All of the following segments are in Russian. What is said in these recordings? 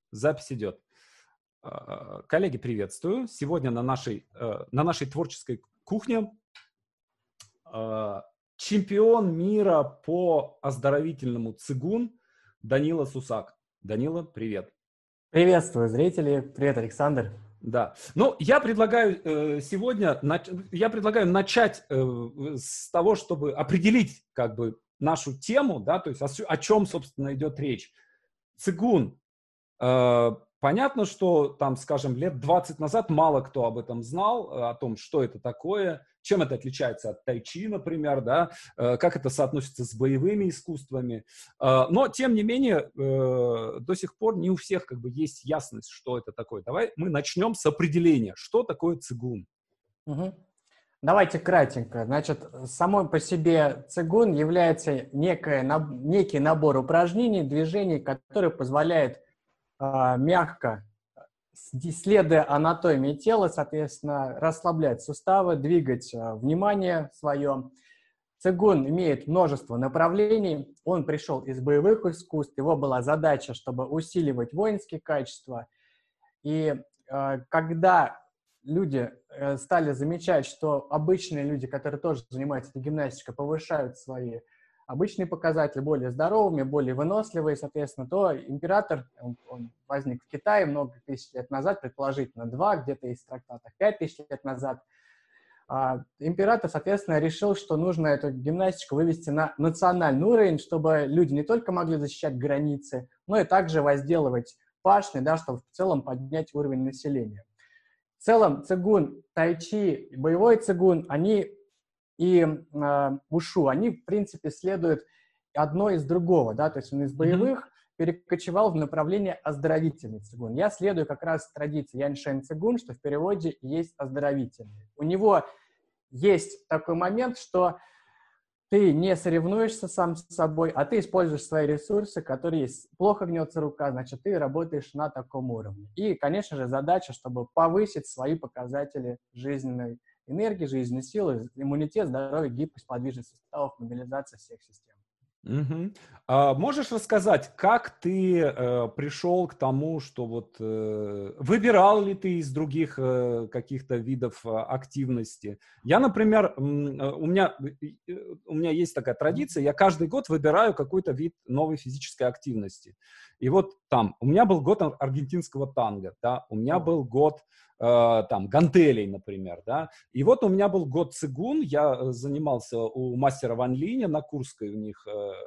Запись идет. Коллеги, приветствую. Сегодня на нашей творческой кухне чемпион мира по оздоровительному цигун Данила Сусак. Данила, привет. Приветствую, зрители. Привет, Александр. Да. Ну, я предлагаю начать с того, чтобы определить как бы нашу тему, да, то есть о чем, собственно, идет речь. Цигун. Понятно, что там, скажем, лет 20 назад мало кто об этом знал, о том, что это такое, чем это отличается от тайчи, например, да, как это соотносится с боевыми искусствами. Но, тем не менее, до сих пор не у всех как бы есть ясность, что это такое. Давай мы начнем с определения, что такое цигун. Угу. Давайте кратенько. Значит, самой по себе цигун является некий набор упражнений, движений, которые позволяют мягко, следуя анатомии тела, соответственно, расслаблять суставы, двигать внимание свое. Цигун имеет множество направлений. Он пришел из боевых искусств. Его была задача, чтобы усиливать воинские качества. И когда люди стали замечать, что обычные люди, которые тоже занимаются этой гимнастикой, повышают свои обычные показатели, более здоровыми, более выносливые, соответственно, то император, он возник в Китае много тысяч лет назад, предположительно 2, где-то есть в трактатах 5000 лет назад. Император, соответственно, решил, что нужно эту гимнастику вывести на национальный уровень, чтобы люди не только могли защищать границы, но и также возделывать пашни, да, чтобы в целом поднять уровень населения. В целом цигун, тайчи, боевой цигун, они и ушу, они, в принципе, следуют одно из другого, да, то есть он из боевых перекочевал в направление оздоровительный цигун. Я следую как раз традиции яньшэнь цигун, что в переводе есть оздоровительный. У него есть такой момент, что ты не соревнуешься сам с собой, а ты используешь свои ресурсы, которые есть. Плохо гнется рука, значит, ты работаешь на таком уровне. И, конечно же, задача, чтобы повысить свои показатели жизненной энергии, жизненной силы, иммунитет, здоровье, гибкость, подвижность суставов, мобилизация всех систем. Угу. Можешь рассказать, как ты пришел к тому, что вот выбирал ли ты из других каких-то видов активности? Я, например, у меня есть такая традиция, я каждый год выбираю какой-то вид новой физической активности. И вот там, у меня был год аргентинского танго, да, у меня был год там, гантелей, например, да, и вот у меня был год цигун, я занимался у мастера Ван Линя на Курской, у них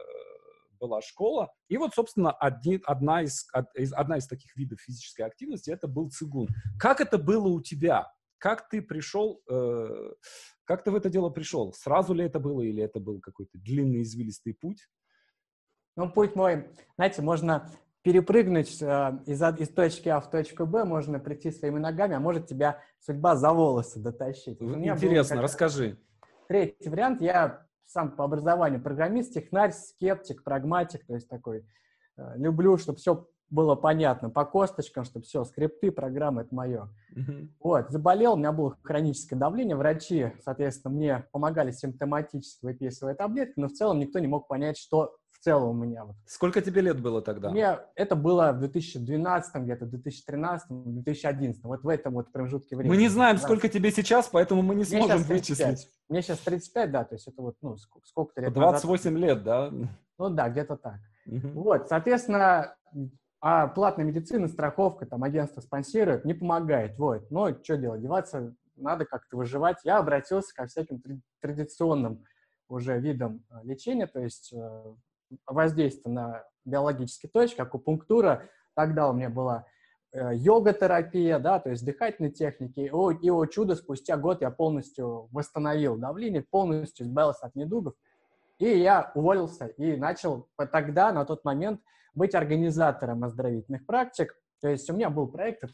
была школа, и вот, собственно, одна из таких видов физической активности, это был цигун. Как это было у тебя? Как ты пришел, как ты в это дело пришел? Сразу ли это было, или это был какой-то длинный извилистый путь? Ну, путь мой, знаете, можно перепрыгнуть из точки А в точку Б, можно прийти своими ногами, а может тебя судьба за волосы дотащить. Интересно, расскажи. Третий вариант, я сам по образованию программист, технарь, скептик, прагматик, то есть такой, люблю, чтобы все было понятно, по косточкам, чтобы все, скрипты, программы, это мое. Вот, заболел, у меня было хроническое давление, врачи, соответственно, мне помогали симптоматически выписывая таблетки, но в целом никто не мог понять, что в целом у меня. Вот. Сколько тебе лет было тогда? Мне это было в 2012, где-то 2013, 2011, вот в этом вот промежутке времени. Мы не знаем, сколько тебе сейчас, поэтому мы не сможем вычислить. Мне сейчас 35, да, то есть это вот, ну, сколько-то лет 28 назад. лет, да? Ну да, где-то так. Вот, соответственно, платная медицина, страховка, там, агентство спонсирует, не помогает, вот. Но что делать, деваться надо как-то выживать. Я обратился ко всяким традиционным уже видам лечения, то есть воздействие на биологические точки, акупунктура. Тогда у меня была йога-терапия, да, то есть дыхательные техники. И, о чудо, спустя год я полностью восстановил давление, полностью избавился от недугов. И я уволился и начал тогда, на тот момент, быть организатором оздоровительных практик. То есть у меня был проект, и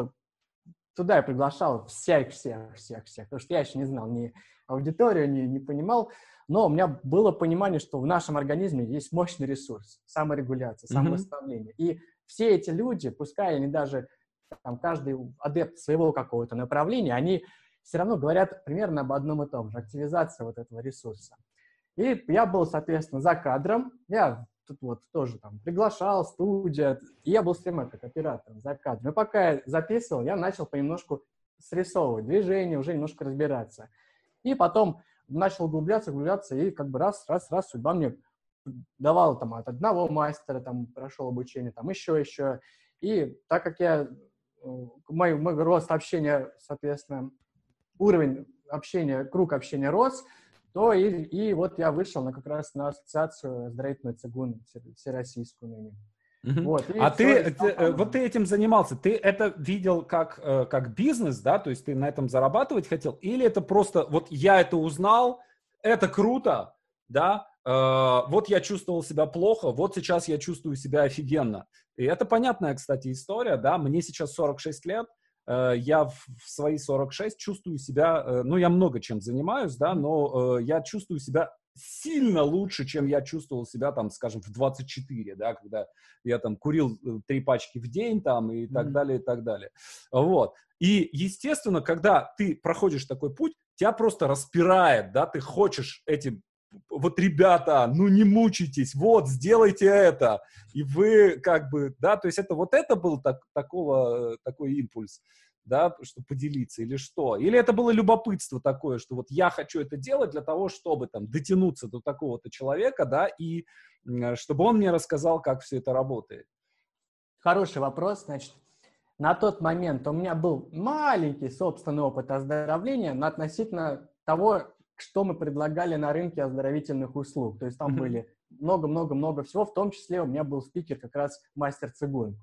туда я приглашал всех, потому что я еще не знал ни аудиторию, не понимал. Но у меня было понимание, что в нашем организме есть мощный ресурс, саморегуляция, самовосстановление. И все эти люди, пускай они даже там, каждый адепт своего какого-то направления, они все равно говорят примерно об одном и том же, активизация вот этого ресурса. И я был, соответственно, за кадром, я тут вот тоже там приглашал, студия, и я был с тем как оператором за кадром. И пока я записывал, я начал понемножку срисовывать движения, уже немножко разбираться. И потом начал углубляться, и как бы раз, судьба мне давала там от одного мастера, там прошел обучение, там еще. И так как мой рост общения, соответственно, уровень общения, круг общения рос, то и вот я вышел как раз на ассоциацию оздоровительный цигун всероссийскую ныне. Вот, а ты этим занимался, ты это видел как бизнес, да, то есть ты на этом зарабатывать хотел, или это просто, вот я это узнал, это круто, да, вот я чувствовал себя плохо, вот сейчас я чувствую себя офигенно. И это понятная, кстати, история, да, мне сейчас 46 лет, я в свои 46 чувствую себя, ну, я много чем занимаюсь, да, но я чувствую себя сильно лучше, чем я чувствовал себя, там, скажем, в 24, да, когда я там курил 3 пачки в день, там, и так далее, и так далее. Вот. И, естественно, когда ты проходишь такой путь, тебя просто распирает, да, ты хочешь вот, ребята, ну не мучайтесь, вот, сделайте это. И вы как бы, да, то есть это был такой импульс, да, чтобы поделиться, или что? Или это было любопытство такое, что вот я хочу это делать для того, чтобы там дотянуться до такого-то человека, да, и чтобы он мне рассказал, как все это работает. Хороший вопрос, значит. На тот момент у меня был маленький собственный опыт оздоровления относительно того, что мы предлагали на рынке оздоровительных услуг. То есть там были много-много-много всего, в том числе у меня был спикер как раз мастер цигун.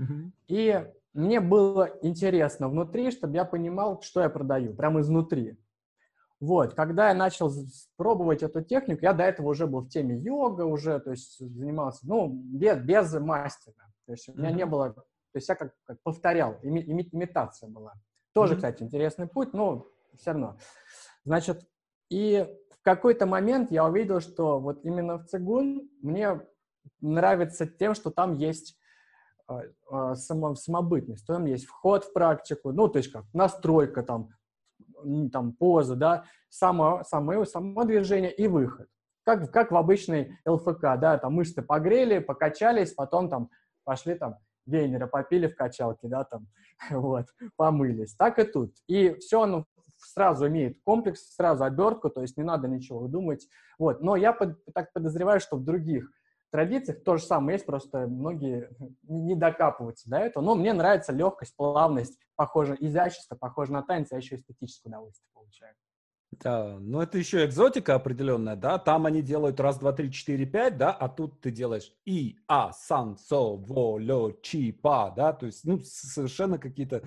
И мне было интересно внутри, чтобы я понимал, что я продаю, прямо изнутри. Вот, когда я начал пробовать эту технику, я до этого уже был в теме йога, уже, то есть занимался, ну, без мастера. То есть у меня не было, то есть я как повторял, имитация была. Тоже, кстати, интересный путь, но все равно. Значит, и в какой-то момент я увидел, что вот именно в цигун мне нравится тем, что там есть самобытность, там есть вход в практику, ну, то есть как настройка там поза, да, само движение и выход. Как в обычной ЛФК, да, там мышцы погрели, покачались, потом там пошли там гейнера попили в качалке, да, там, вот, помылись. Так и тут. И все оно сразу имеет комплекс, сразу обертку, то есть не надо ничего выдумывать. Вот. Но я так подозреваю, что в других традициях то же самое есть, просто многие не докапываются до этого. Но мне нравится легкость, плавность, похоже, изящество, похоже на танец, я еще эстетическое удовольствие получаю. Да, ну это еще экзотика определенная, да, там они делают раз, два, три, четыре, пять, да, а тут ты делаешь сан, со, во, лё, чи, па, да, то есть, ну, совершенно какие-то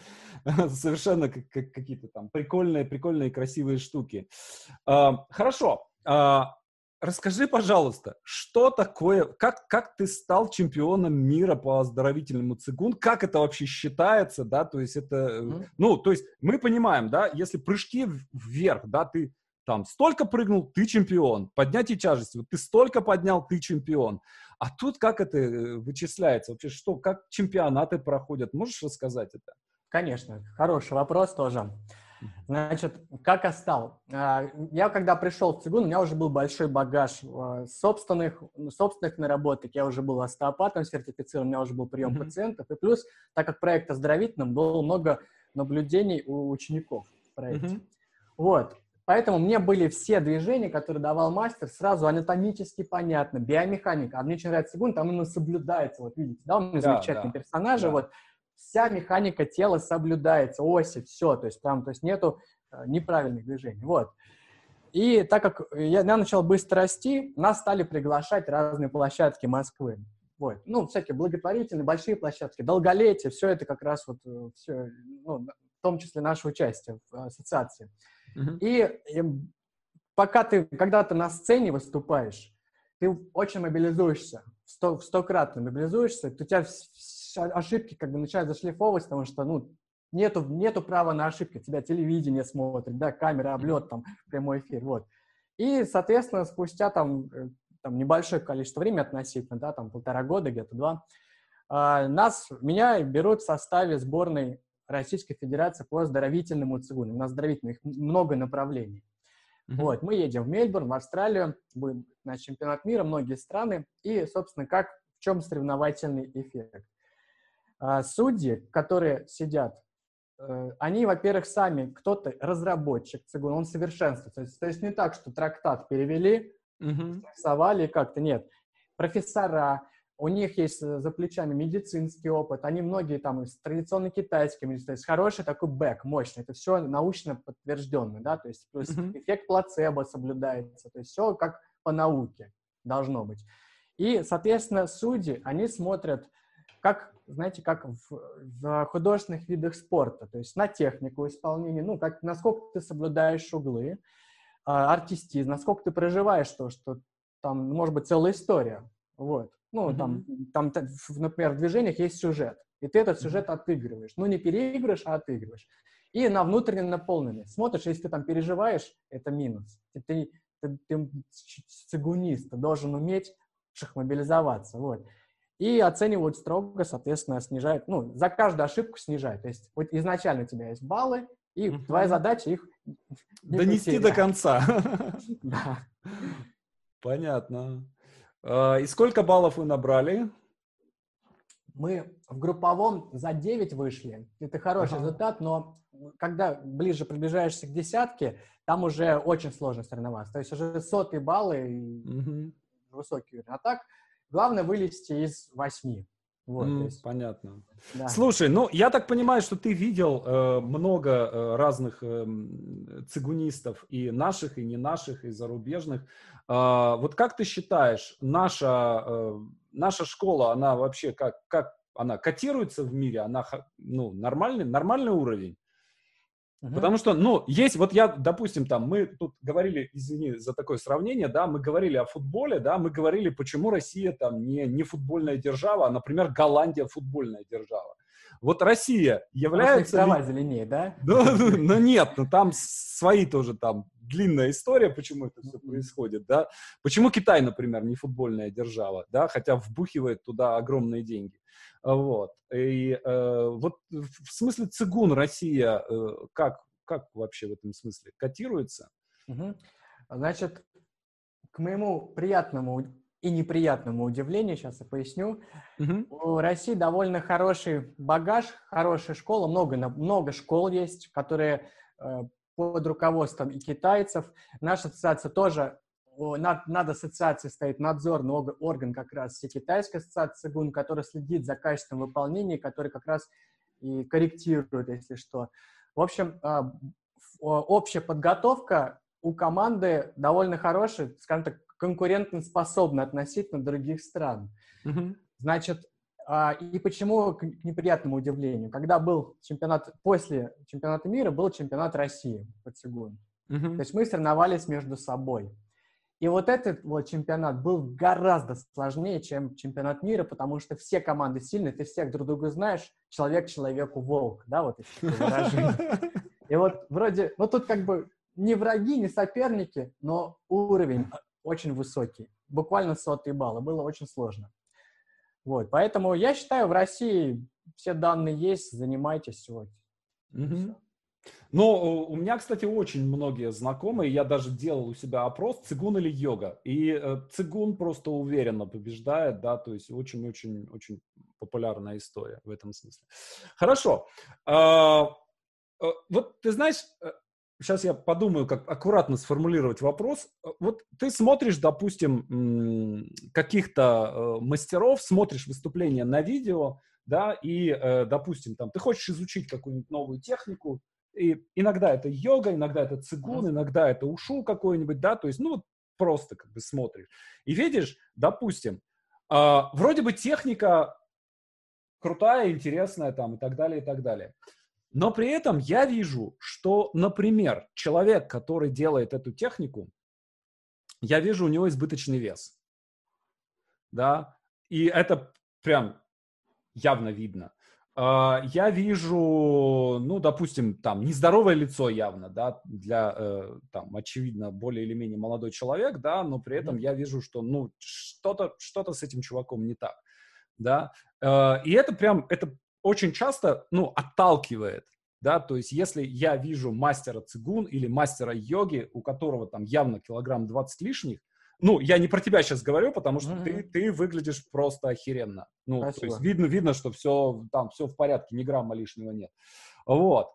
там прикольные, красивые штуки. Хорошо, расскажи, пожалуйста, что такое, как ты стал чемпионом мира по оздоровительному цигун, как это вообще считается, да, то есть это, ну, то есть мы понимаем, да, если прыжки вверх, да, ты там столько прыгнул, ты чемпион, поднятие тяжести, вот ты столько поднял, ты чемпион, а тут как это вычисляется, вообще что, как чемпионаты проходят, можешь рассказать это? Конечно, хороший вопрос тоже. Значит, как я стал? Я когда пришел в цигун, у меня уже был большой багаж собственных наработок. Я уже был остеопатом сертифицирован, у меня уже был прием пациентов. И плюс, так как проект оздоровительным, было много наблюдений у учеников в проекте. Вот. Поэтому мне были все движения, которые давал мастер, сразу анатомически понятно, биомеханика. А мне очень нравится цигун, там именно соблюдается. Вот видите, да, у меня замечательные персонажи, вот. Вся механика тела соблюдается, оси, все, то есть нету неправильных движений, вот. И так как я начал быстро расти, нас стали приглашать разные площадки Москвы, вот. Ну, всякие благотворительные, большие площадки, долголетие, все это как раз вот, все, ну, в том числе наше участие в ассоциации. И когда ты на сцене выступаешь, ты очень мобилизуешься, в 100-кратно мобилизуешься, у тебя ошибки как бы начинают зашлифовывать, потому что, ну, нету права на ошибки. Тебя телевидение смотрит, да, камера, облет, там, прямой эфир, вот. И, соответственно, спустя там небольшое количество времени относительно, да, там 1,5 года, где-то 2, меня берут в составе сборной Российской Федерации по оздоровительному цигуну. На оздоровительных много направлений. Вот, мы едем в Мельбурн, в Австралию, будет на чемпионат мира, многие страны, и, собственно, в чем соревновательный эффект. Судьи, которые сидят, они, во-первых, сами, кто-то разработчик цигун, он совершенствуется. То есть не так, что трактат перевели, рисовали как-то, нет. Профессора, у них есть за плечами медицинский опыт, они многие там из традиционной китайской медицины, то есть хороший такой бэк, мощный, это все научно подтвержденно, да, то есть плюс эффект плацебо соблюдается, то есть все как по науке должно быть. И, соответственно, судьи, они смотрят, как, знаете, как в художественных видах спорта, то есть на технику исполнения, ну, как, насколько ты соблюдаешь углы, артистизм, насколько ты проживаешь то, что там, может быть, целая история, вот. Ну, там, например, в движениях есть сюжет, и ты этот сюжет отыгрываешь. Ну, не переигрываешь, а отыгрываешь. И на внутренне наполненный. Смотришь, если ты там переживаешь, это минус. Ты цигунист, ты должен уметь мобилизоваться, вот. И оценивают строго, соответственно, снижают, ну, за каждую ошибку снижают. То есть вот изначально у тебя есть баллы, и твоя задача их донести до конца. Да. Понятно. И сколько баллов вы набрали? Мы в групповом за 9 вышли. Это хороший результат, но когда ближе приближаешься к десятке, там уже очень сложно соревноваться. То есть уже 100-е баллы, высокий уровень. А так, главное вылезти из 8. Вот, то есть, понятно. да. Слушай, ну, я так понимаю, что ты видел много разных цигунистов, и наших, и не наших, и зарубежных. Вот как ты считаешь, наша школа, она вообще как она котируется в мире? Она, ну, нормальный уровень? Потому что, ну, есть, вот я, допустим, там, мы тут говорили, извини за такое сравнение, да, мы говорили о футболе, да, мы говорили, почему Россия там не футбольная держава, а, например, Голландия футбольная держава. Вот Россия является... Трава зеленее, да? Ну нет, ну там свои тоже там длинная история, почему это все происходит, да. Почему Китай, например, не футбольная держава, да, хотя вбухивает туда огромные деньги. Вот. И вот в смысле цигун Россия как вообще в этом смысле котируется? Значит, к моему приятному и неприятному удивлению, сейчас я поясню, у России довольно хороший багаж, хорошая школа, много школ есть, которые под руководством и китайцев. Наша ассоциация тоже, над ассоциацией стоит надзорный орган как раз Всекитайской ассоциации цигун, который следит за качеством выполнения, который как раз и корректирует, если что. В общем, общая подготовка у команды довольно хорошая, скажем так, конкурентоспособна относительно других стран. Значит, и почему к неприятному удивлению? Когда был чемпионат, после чемпионата мира был чемпионат России по цигуну. То есть мы соревновались между собой. И вот этот вот чемпионат был гораздо сложнее, чем чемпионат мира, потому что все команды сильные, ты всех друг друга знаешь, человек человеку волк, да, вот это такое выражение. И вот вроде, ну тут как бы не враги, не соперники, но уровень очень высокий. Буквально 100-е баллы. Было очень сложно. Вот. Поэтому я считаю, в России все данные есть, занимайтесь. Вот. Ну, у меня, кстати, очень многие знакомые, я даже делал у себя опрос, цигун или йога. И цигун просто уверенно побеждает, да, то есть очень-очень-очень популярная история в этом смысле. Хорошо. Вот ты знаешь, сейчас я подумаю, как аккуратно сформулировать вопрос. Вот ты смотришь, допустим, каких-то мастеров, смотришь выступления на видео, да, и, допустим, там, ты хочешь изучить какую-нибудь новую технику, и иногда это йога, иногда это цигун, иногда это ушу какой-нибудь, да, то есть, ну, просто как бы смотришь. И видишь, допустим, вроде бы техника крутая, интересная там и так далее, и так далее. Но при этом я вижу, что, например, человек, который делает эту технику, я вижу у него избыточный вес. Да, и это прям явно видно. Я вижу, ну, допустим, там, нездоровое лицо явно, да, для, там, очевидно, более или менее молодой человек, да, но при этом я вижу, что, ну, что-то с этим чуваком не так, да. И это прям, это очень часто, ну, отталкивает. да, то есть если я вижу мастера цигун или мастера йоги, у которого там явно килограмм 20 лишних, ну, я не про тебя сейчас говорю, потому что ты выглядишь просто охеренно. Ну, Спасибо. то есть видно, что все, там, все в порядке, ни грамма лишнего нет. Вот.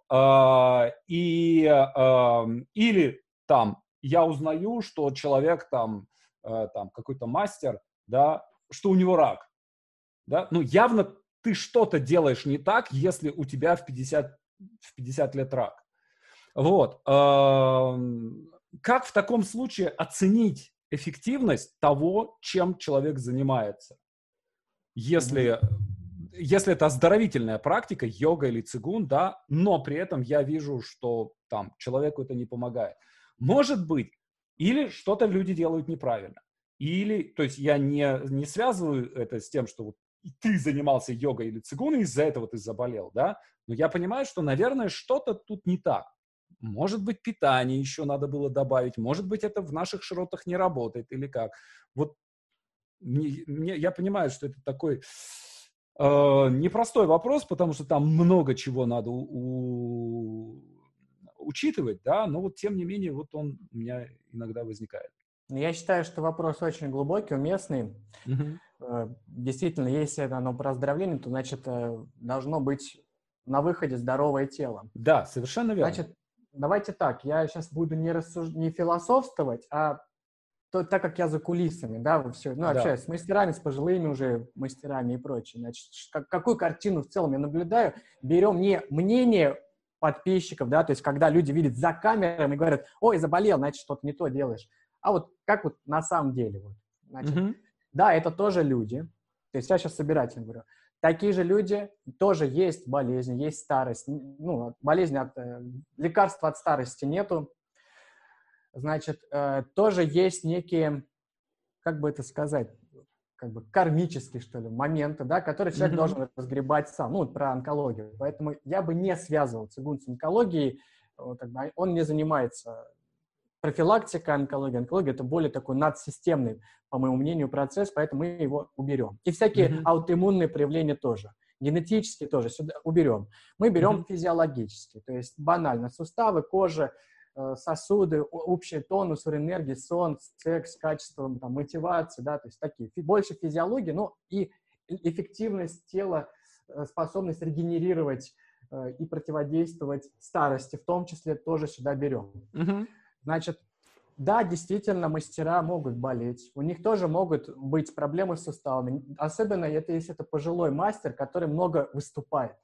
Или там я узнаю, что человек там какой-то мастер, да, что у него рак. Да? Ну, явно ты что-то делаешь не так, если у тебя в 50 лет рак. Вот. Как в таком случае оценить эффективность того, чем человек занимается? Если это оздоровительная практика, йога или цигун, да, но при этом я вижу, что там человеку это не помогает. Может быть, или что-то люди делают неправильно. Или, то есть я не связываю это с тем, что вот ты занимался йогой или цигуном, из-за этого ты заболел, да, но я понимаю, что, наверное, что-то тут не так. Может быть, питание еще надо было добавить, может быть, это в наших широтах не работает или как. Вот я понимаю, что это такой непростой вопрос, потому что там много чего надо учитывать, да, но вот тем не менее вот он у меня иногда возникает. Я считаю, что вопрос очень глубокий, уместный. Действительно, если оно про оздоровление, то, значит, должно быть на выходе здоровое тело. Да, совершенно верно. Значит, давайте так, я сейчас буду не философствовать, а так как я за кулисами, да, все, общаюсь с мастерами, с пожилыми уже мастерами и прочее. Значит, какую картину в целом я наблюдаю? Берем не мнение подписчиков, да, то есть когда люди видят за камерами и говорят: ой, заболел, значит, что-то не то делаешь. А вот как вот на самом деле. Вот. Значит, да, это тоже люди. То есть я сейчас собирательно говорю. Такие же люди, тоже есть болезни, есть старость. Ну, болезни лекарства от старости нету. Значит, тоже есть некие, как бы это сказать, как бы кармические, что ли, моменты, да, которые человек должен разгребать сам. Ну, про онкологию. Поэтому я бы не связывал цигун с онкологией. Как бы он не занимается профилактикой онкологии. Онкология – это более такой надсистемный, по моему мнению, процесс, поэтому мы его уберем. И всякие аутоиммунные проявления тоже. Генетические тоже сюда уберем. Мы берем физиологические, то есть банально суставы, кожа, сосуды, общий тонус, энергии, сон, секс, качество, там, мотивация, да, то есть такие. Больше физиологии, но и эффективность тела, способность регенерировать и противодействовать старости, в том числе, тоже сюда берем. Значит, да, действительно, мастера могут болеть, у них тоже могут быть проблемы с суставами, особенно если это пожилой мастер, который много выступает.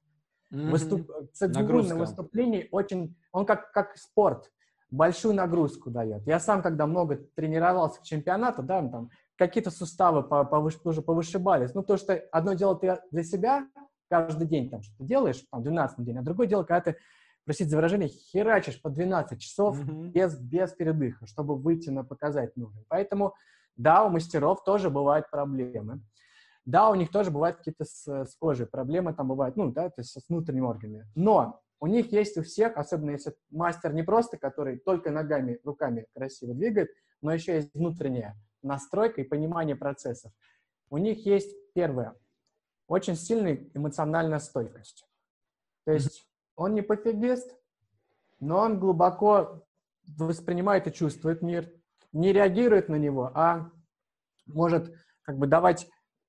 Цигун на выступлении очень, он как спорт, большую нагрузку дает. Я сам, когда много тренировался к чемпионату, да, там какие-то суставы тоже повышибались. Ну, то, что одно дело ты для себя каждый день там что-то делаешь, там 12 день, а другое дело, когда ты, простите за выражение, херачишь по 12 часов без передыха, чтобы выйти на показательный уровень. Поэтому, да, у мастеров тоже бывают проблемы. Да, у них тоже бывают какие-то с кожей проблемы, там бывают, ну, да, то есть с внутренними органами. Но у них есть у всех, особенно если мастер не просто, который только ногами, руками красиво двигает, но еще есть внутренняя настройка и понимание процессов. У них есть, первое, очень сильная эмоциональная стойкость. То есть он не пофигист, но он глубоко воспринимает и чувствует мир, не реагирует на него, а может как бы давать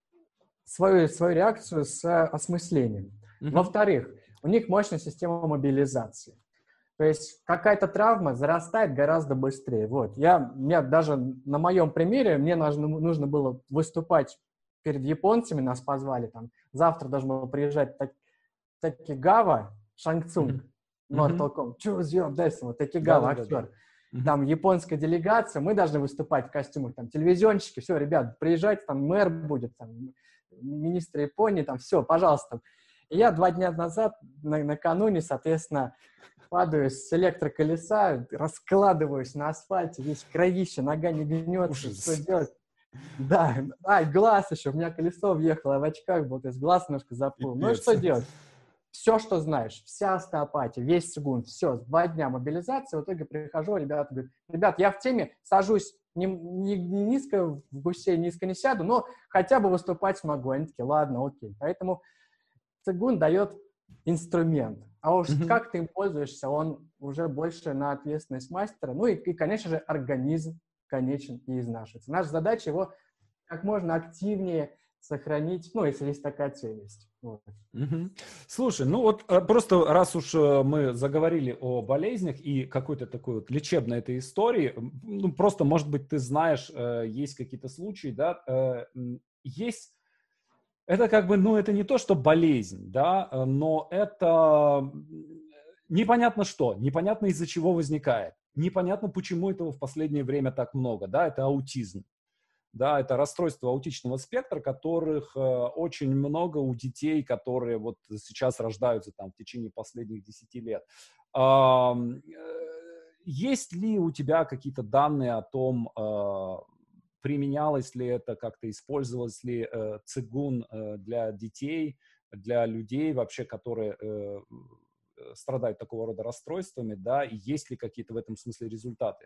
свою реакцию с осмыслением. Во-вторых, у них мощная система мобилизации. То есть какая-то травма зарастает гораздо быстрее. Вот. Мне даже на моем примере, мне нужно было выступать перед японцами, нас позвали, там, завтра должен был приезжать Такигава Шанцунг, Mortal Kombat, choose your destiny, Такигава, актер. Там японская делегация, мы должны выступать в костюмах, там, телевизионщики, все, ребят, приезжайте, там, мэр будет, там, министр Японии, там, все, пожалуйста. И я 2 дня назад, накануне, соответственно, падаю с электроколеса, раскладываюсь на асфальте, весь кровище, нога не гнется, что делать? Да, глаз еще, у меня колесо въехало, я в очках был, то есть глаз немножко заплыл. Ну и что делать? Все, что знаешь, вся остеопатия, весь цигун, все, 2 дня мобилизации, в итоге прихожу, ребята говорят: ребят, я в теме, сажусь не низко в гусе, низко не сяду, но хотя бы выступать смогу. Они такие: ладно, окей. Поэтому цигун дает инструмент. А уж как ты им пользуешься, он уже больше на ответственность мастера. Ну и, конечно же, организм конечен и изнашивается. Наша задача его как можно активнее сохранить, ну, если есть такая цель есть. Вот. Слушай, ну вот просто раз уж мы заговорили о болезнях и какой-то такой вот лечебной этой истории, ну просто, может быть, ты знаешь, есть какие-то случаи, да, есть, это как бы, ну это не то, что болезнь, да, но это непонятно что, непонятно из-за чего возникает, непонятно почему этого в последнее время так много, да, это аутизм. Да, это расстройство аутичного спектра, которых очень много у детей, которые вот сейчас рождаются там в течение последних 10 лет. Есть ли у тебя какие-то данные о том, применялось ли это, как-то использовалось ли цигун для детей, для людей вообще, которые страдают такого рода расстройствами, да, и есть ли какие-то в этом смысле результаты?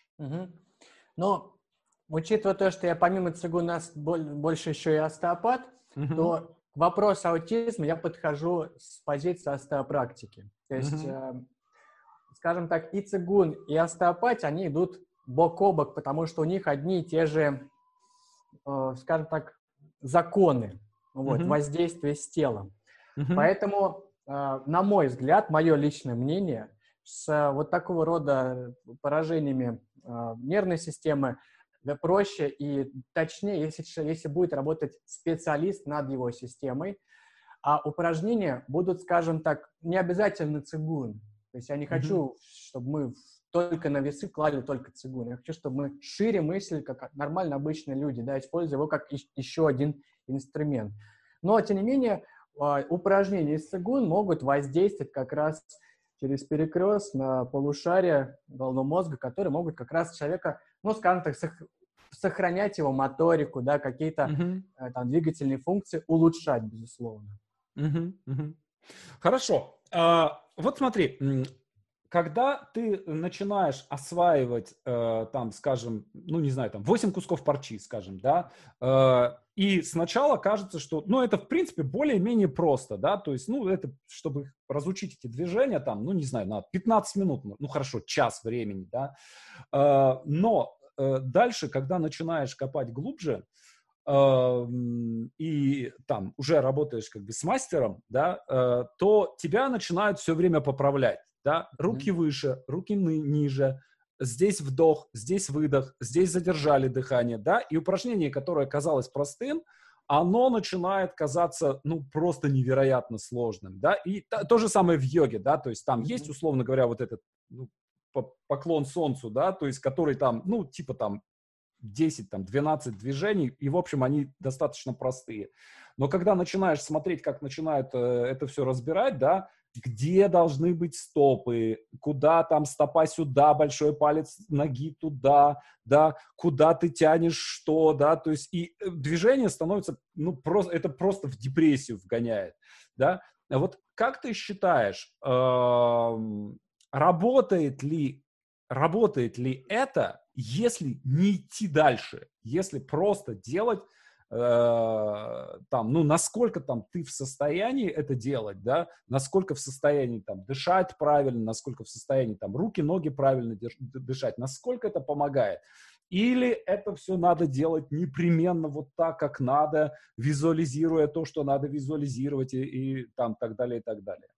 Но учитывая то, что я помимо цигуна больше еще и остеопат, то к вопросу аутизма я подхожу с позиции остеопрактики. То есть, скажем так, и цигун, и остеопатия, они идут бок о бок, потому что у них одни и те же, скажем так, законы воздействия с телом. Поэтому, на мой взгляд, мое личное мнение, с вот такого рода поражениями нервной системы проще и точнее, если будет работать специалист над его системой, а упражнения будут, скажем так, не обязательно цигун. То есть я не хочу, чтобы мы только на весы клали только цигун. Я хочу, чтобы мы шире мыслили, как нормально обычные люди, да, используя его как еще один инструмент. Но, тем не менее, упражнения из цигун могут воздействовать как раз через перекрест на полушария головного мозга, которые могут как раз человека, ну, скажем так, сохранять его моторику, да, какие-то там двигательные функции улучшать, безусловно. Хорошо. Вот смотри, когда ты начинаешь осваивать, там, скажем, ну, не знаю, там, 8 кусков парчи, скажем, да, и сначала кажется, что, ну, это, в принципе, более-менее просто, да, то есть, ну, это, чтобы разучить эти движения, там, ну, не знаю, на 15 минут, ну, хорошо, час времени, да, но дальше, когда начинаешь копать глубже, и там уже работаешь как бы с мастером, да, то тебя начинают все время поправлять, да, руки выше, руки ниже, здесь вдох, здесь выдох, здесь задержали дыхание, да, и упражнение, которое казалось простым, оно начинает казаться, ну, просто невероятно сложным, да, и то же самое в йоге, да, то есть там есть, условно говоря, вот этот, ну, поклон солнцу, да, то есть который там, ну, типа там 10, там, 12 движений, и, в общем, они достаточно простые. Но когда начинаешь смотреть, как начинают это все разбирать, да, где должны быть стопы, куда там стопа сюда, большой палец ноги туда, да, куда ты тянешь что, да, то есть и движение становится, ну, просто, это просто в депрессию вгоняет, да. А вот как ты считаешь, работает ли это, если не идти дальше, если просто делать там, ну, насколько там ты в состоянии это делать, да, насколько в состоянии там дышать правильно, насколько в состоянии там руки, ноги правильно дышать, насколько это помогает. Или это все надо делать непременно вот так, как надо, визуализируя то, что надо визуализировать, и там так далее, и так далее.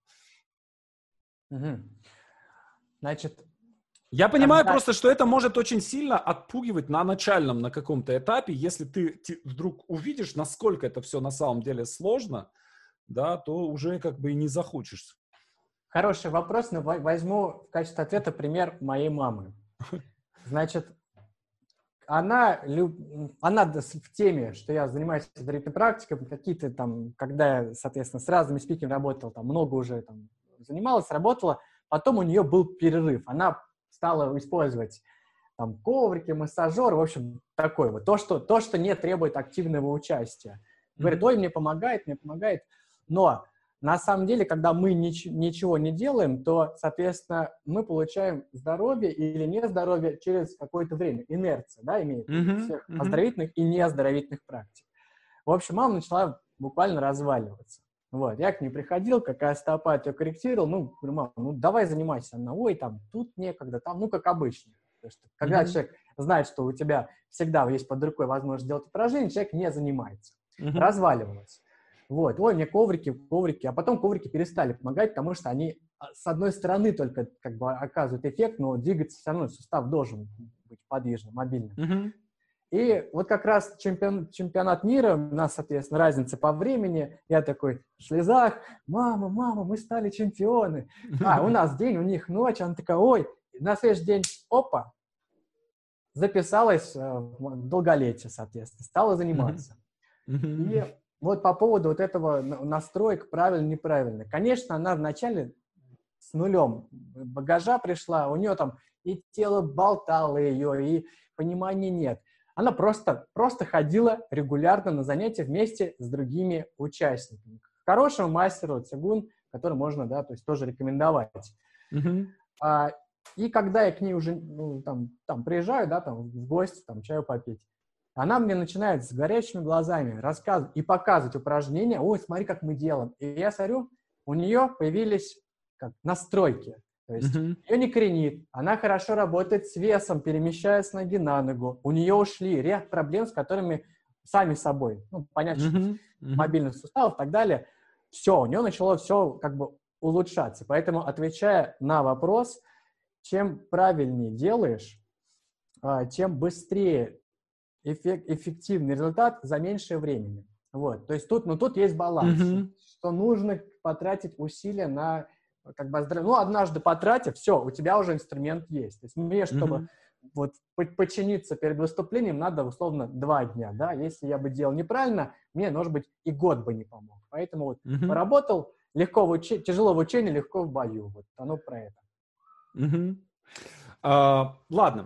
Значит, я понимаю просто, что это может очень сильно отпугивать на начальном, на каком-то этапе. Если ты вдруг увидишь, насколько это все на самом деле сложно, да, то уже как бы и не захочешь. Хороший вопрос, но возьму в качестве ответа пример моей мамы. Значит, она в теме, что я занимаюсь оздоровительной практикой, какие-то там, когда я, соответственно, с разными спикерами работал, там много уже там занималась, работала, потом у нее был перерыв. Она стала использовать там коврики, массажер, в общем, такое вот. То, что не требует активного участия. Говорит, ой, мне помогает. Но на самом деле, когда мы ничего не делаем, то, соответственно, мы получаем здоровье или нездоровье через какое-то время. Инерция, да, имеет всех оздоровительных и неоздоровительных практик. В общем, мама начала буквально разваливаться. Вот, я к ней приходил, как остеопатию корректировал, ну, говорю, мам, ну, давай занимайся. Она, ой, там, тут некогда, там, ну, как обычно. То есть, когда человек знает, что у тебя всегда есть под рукой возможность сделать упражнение, человек не занимается. Разваливалось. Вот, ой, мне коврики, а потом коврики перестали помогать, потому что они с одной стороны только как бы оказывают эффект, но двигаться все равно сустав должен быть подвижным, мобильным. И вот как раз чемпионат мира, у нас, соответственно, разница по времени, я такой в слезах, мама, мы стали чемпионы. У нас день, у них ночь, она такая, ой, на следующий день, опа, записалась в долголетие, соответственно, стала заниматься. И вот по поводу вот этого настроек правильно-неправильно. Конечно, она вначале с нулем багажа пришла, у нее там и тело болтало ее, и понимания нет. Она просто ходила регулярно на занятия вместе с другими участниками. К хорошему мастеру цигун, который можно, да, то есть тоже рекомендовать. И когда я к ней уже там приезжаю, да, там в гости, там чаю попить, она мне начинает с горящими глазами рассказывать и показывать упражнения. Ой, смотри, как мы делаем. И я смотрю, у нее появились настройки. То есть ее не кренит, она хорошо работает с весом, перемещая с ноги на ногу. У нее ушли ряд проблем, с которыми сами собой, ну, понятно, что мобильных суставов и так далее, все, у нее начало все как бы улучшаться. Поэтому, отвечая на вопрос, чем правильнее делаешь, тем быстрее эффективный результат за меньшее времени. Вот. То есть тут есть баланс, что нужно потратить усилия на как бы ну, однажды потратив, все, у тебя уже инструмент есть. То есть мне, чтобы вот подчиниться перед выступлением, надо условно 2 дня, да. Если я бы делал неправильно, мне, может быть, и год бы не помог. Поэтому вот поработал, легко тяжело в учении, легко в бою. Вот оно про это. Ладно.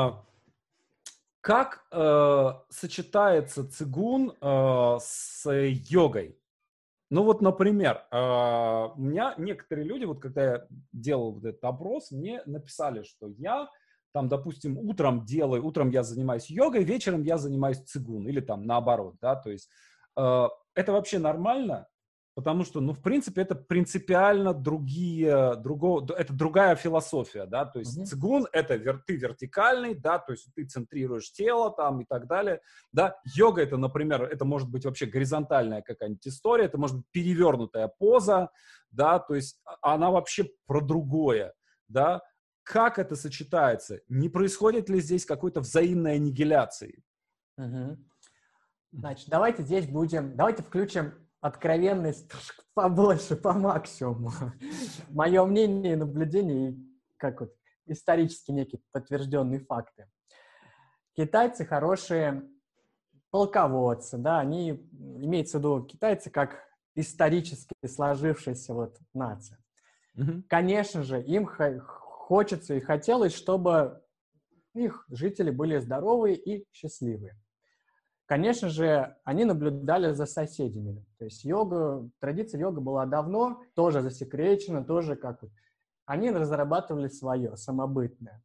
Как сочетается цигун с йогой? Ну вот, например, у меня некоторые люди, вот когда я делал вот этот опрос, мне написали, что я там, допустим, утром я занимаюсь йогой, вечером я занимаюсь цигун, или там наоборот, да, то есть это вообще нормально? Потому что, ну, в принципе, это принципиально это другая философия, да, то есть цигун — это ты вертикальный, да, то есть ты центрируешь тело там и так далее, да, йога — это, например, это может быть вообще горизонтальная какая-нибудь история, это может быть перевернутая поза, да, то есть она вообще про другое, да, как это сочетается, не происходит ли здесь какой-то взаимной аннигиляции? Значит, давайте включим откровенность побольше, по максимуму. Мое мнение и наблюдение, и как вот исторически некие подтвержденные факты. Китайцы хорошие полководцы, да, они, имеется в виду китайцы как исторически сложившаяся вот нация. Конечно же, им хочется и хотелось, чтобы их жители были здоровые и счастливые. Конечно же, они наблюдали за соседями. То есть традиция йога была давно, тоже засекречена, тоже как вот. Они разрабатывали свое, самобытное.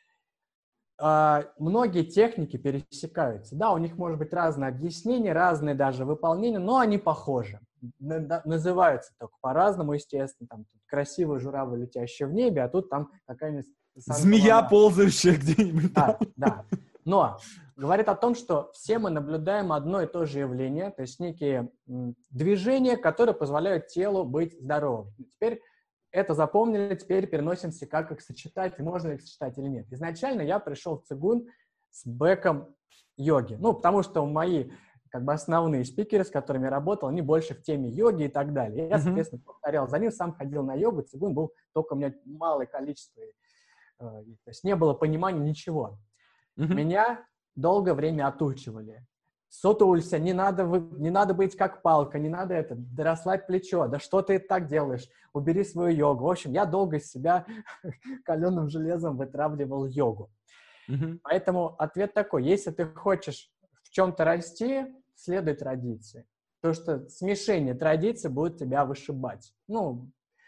Многие техники пересекаются. Да, у них может быть разные объяснения, разные даже выполнения, но они похожи. Называются только по-разному, естественно. Там красивый журавль, летящий в небе, а тут там какая-нибудь... Змея, ползающая где-нибудь. Да. Но говорит о том, что все мы наблюдаем одно и то же явление, то есть некие движения, которые позволяют телу быть здоровым. Теперь это запомнили, теперь переносимся, как их сочетать, можно ли их сочетать или нет. Изначально я пришел в цигун с бэком йоги, ну, потому что мои как бы основные спикеры, с которыми я работал, они больше в теме йоги и так далее. Я, соответственно, повторял за ним, сам ходил на йогу, цигун был только у меня малое количество, то есть не было понимания ничего. Меня долгое время отучивали. Сутулься, не надо быть как палка, не надо расслабь плечо, да что ты так делаешь, убери свою йогу. В общем, я долго из себя каленым железом вытравливал йогу. Поэтому ответ такой, если ты хочешь в чем-то расти, следуй традиции. Потому что смешение традиций будет тебя вышибать. Но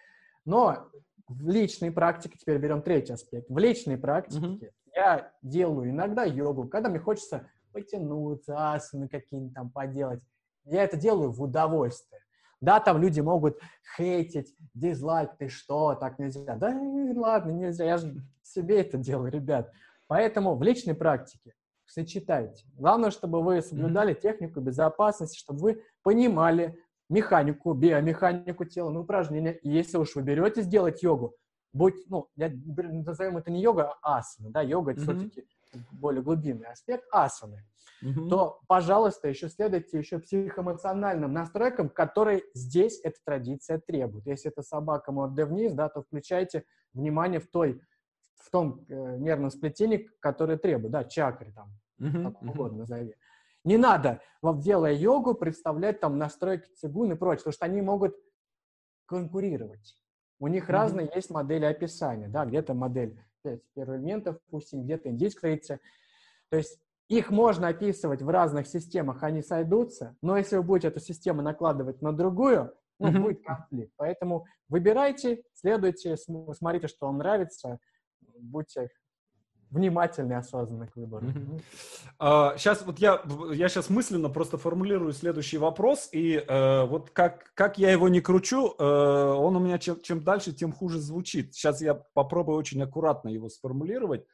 в личной практике, теперь берем третий аспект, в личной практике я делаю иногда йогу, когда мне хочется потянуться, асаны какие-нибудь там поделать. Я это делаю в удовольствие. Да, там люди могут хейтить, дизлайк, ты что, так нельзя. Да ладно, нельзя, я же себе это делаю, ребят. Поэтому в личной практике сочетайте. Главное, чтобы вы соблюдали технику безопасности, чтобы вы понимали механику, биомеханику тела, упражнения. И если уж вы беретесь делать йогу, назовем это не йога, а асана, да, йога это все-таки более глубинный аспект асаны, то, пожалуйста, еще следуйте еще психоэмоциональным настройкам, которые здесь эта традиция требует. Если это собака мордой вниз, да, то включайте внимание в том нервном сплетении, которое требует, да, чакры там, как угодно назови. Не надо, делая йогу, представлять там настройки цигун и прочее, потому что они могут конкурировать. У них разные есть модели описания, да, где-то модель 5 первых элементов, пусть где-то индийская традиция. То есть их можно описывать в разных системах, они сойдутся, но если вы будете эту систему накладывать на другую, будет конфликт. Поэтому выбирайте, следуйте, смотрите, что вам нравится, будьте внимательны и осознанны к выбору. Сейчас вот я сейчас мысленно просто формулирую следующий вопрос, и вот как я его не кручу, он у меня чем дальше, тем хуже звучит. Сейчас я попробую очень аккуратно его сформулировать.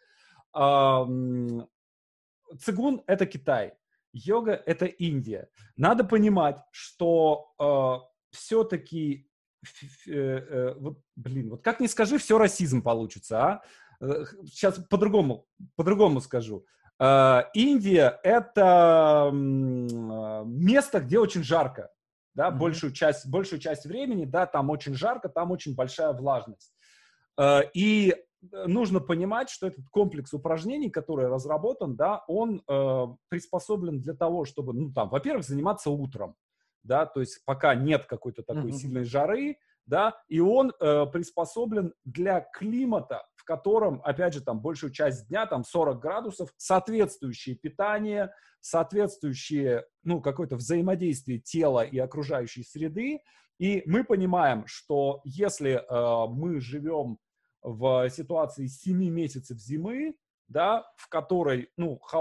Цигун — это Китай, йога — это Индия. Надо понимать, что все-таки, вот как ни скажи, все расизм получится, а? Сейчас по-другому скажу. Индия — это место, где очень жарко, да, большую часть времени, да, там очень жарко, там очень большая влажность. И нужно понимать, что этот комплекс упражнений, который разработан, да, он приспособлен для того, чтобы, во-первых, заниматься утром, да, то есть пока нет какой-то такой сильной жары, да, и он приспособлен для климата, в котором, опять же, там большую часть дня, там 40 градусов, соответствующее питание, соответствующее, какое-то взаимодействие тела и окружающей среды. И мы понимаем, что если мы живем в ситуации 7 месяцев зимы, да, в которой,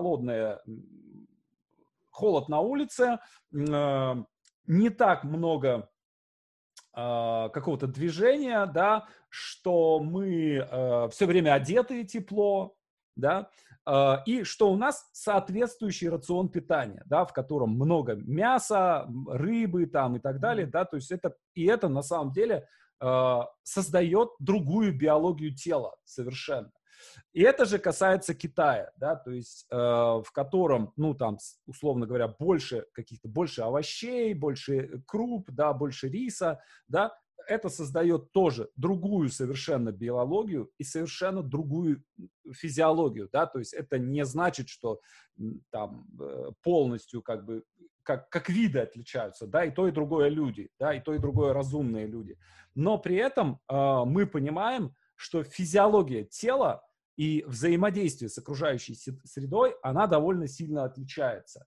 холод на улице, не так много какого-то движения, да, что мы все время одеты тепло, да, и что у нас соответствующий рацион питания, да, в котором много мяса, рыбы там и так далее, да, то есть это на самом деле создает другую биологию тела совершенно. И это же касается Китая, да, то есть в котором, условно говоря, больше овощей, больше круп, да, больше риса, да, это создает тоже другую совершенно биологию и совершенно другую физиологию, да, то есть это не значит, что там полностью как виды отличаются, да, и то, и другое люди, да, и то, и другое разумные люди. Но при этом мы понимаем, что физиология тела и взаимодействие с окружающей средой, она довольно сильно отличается.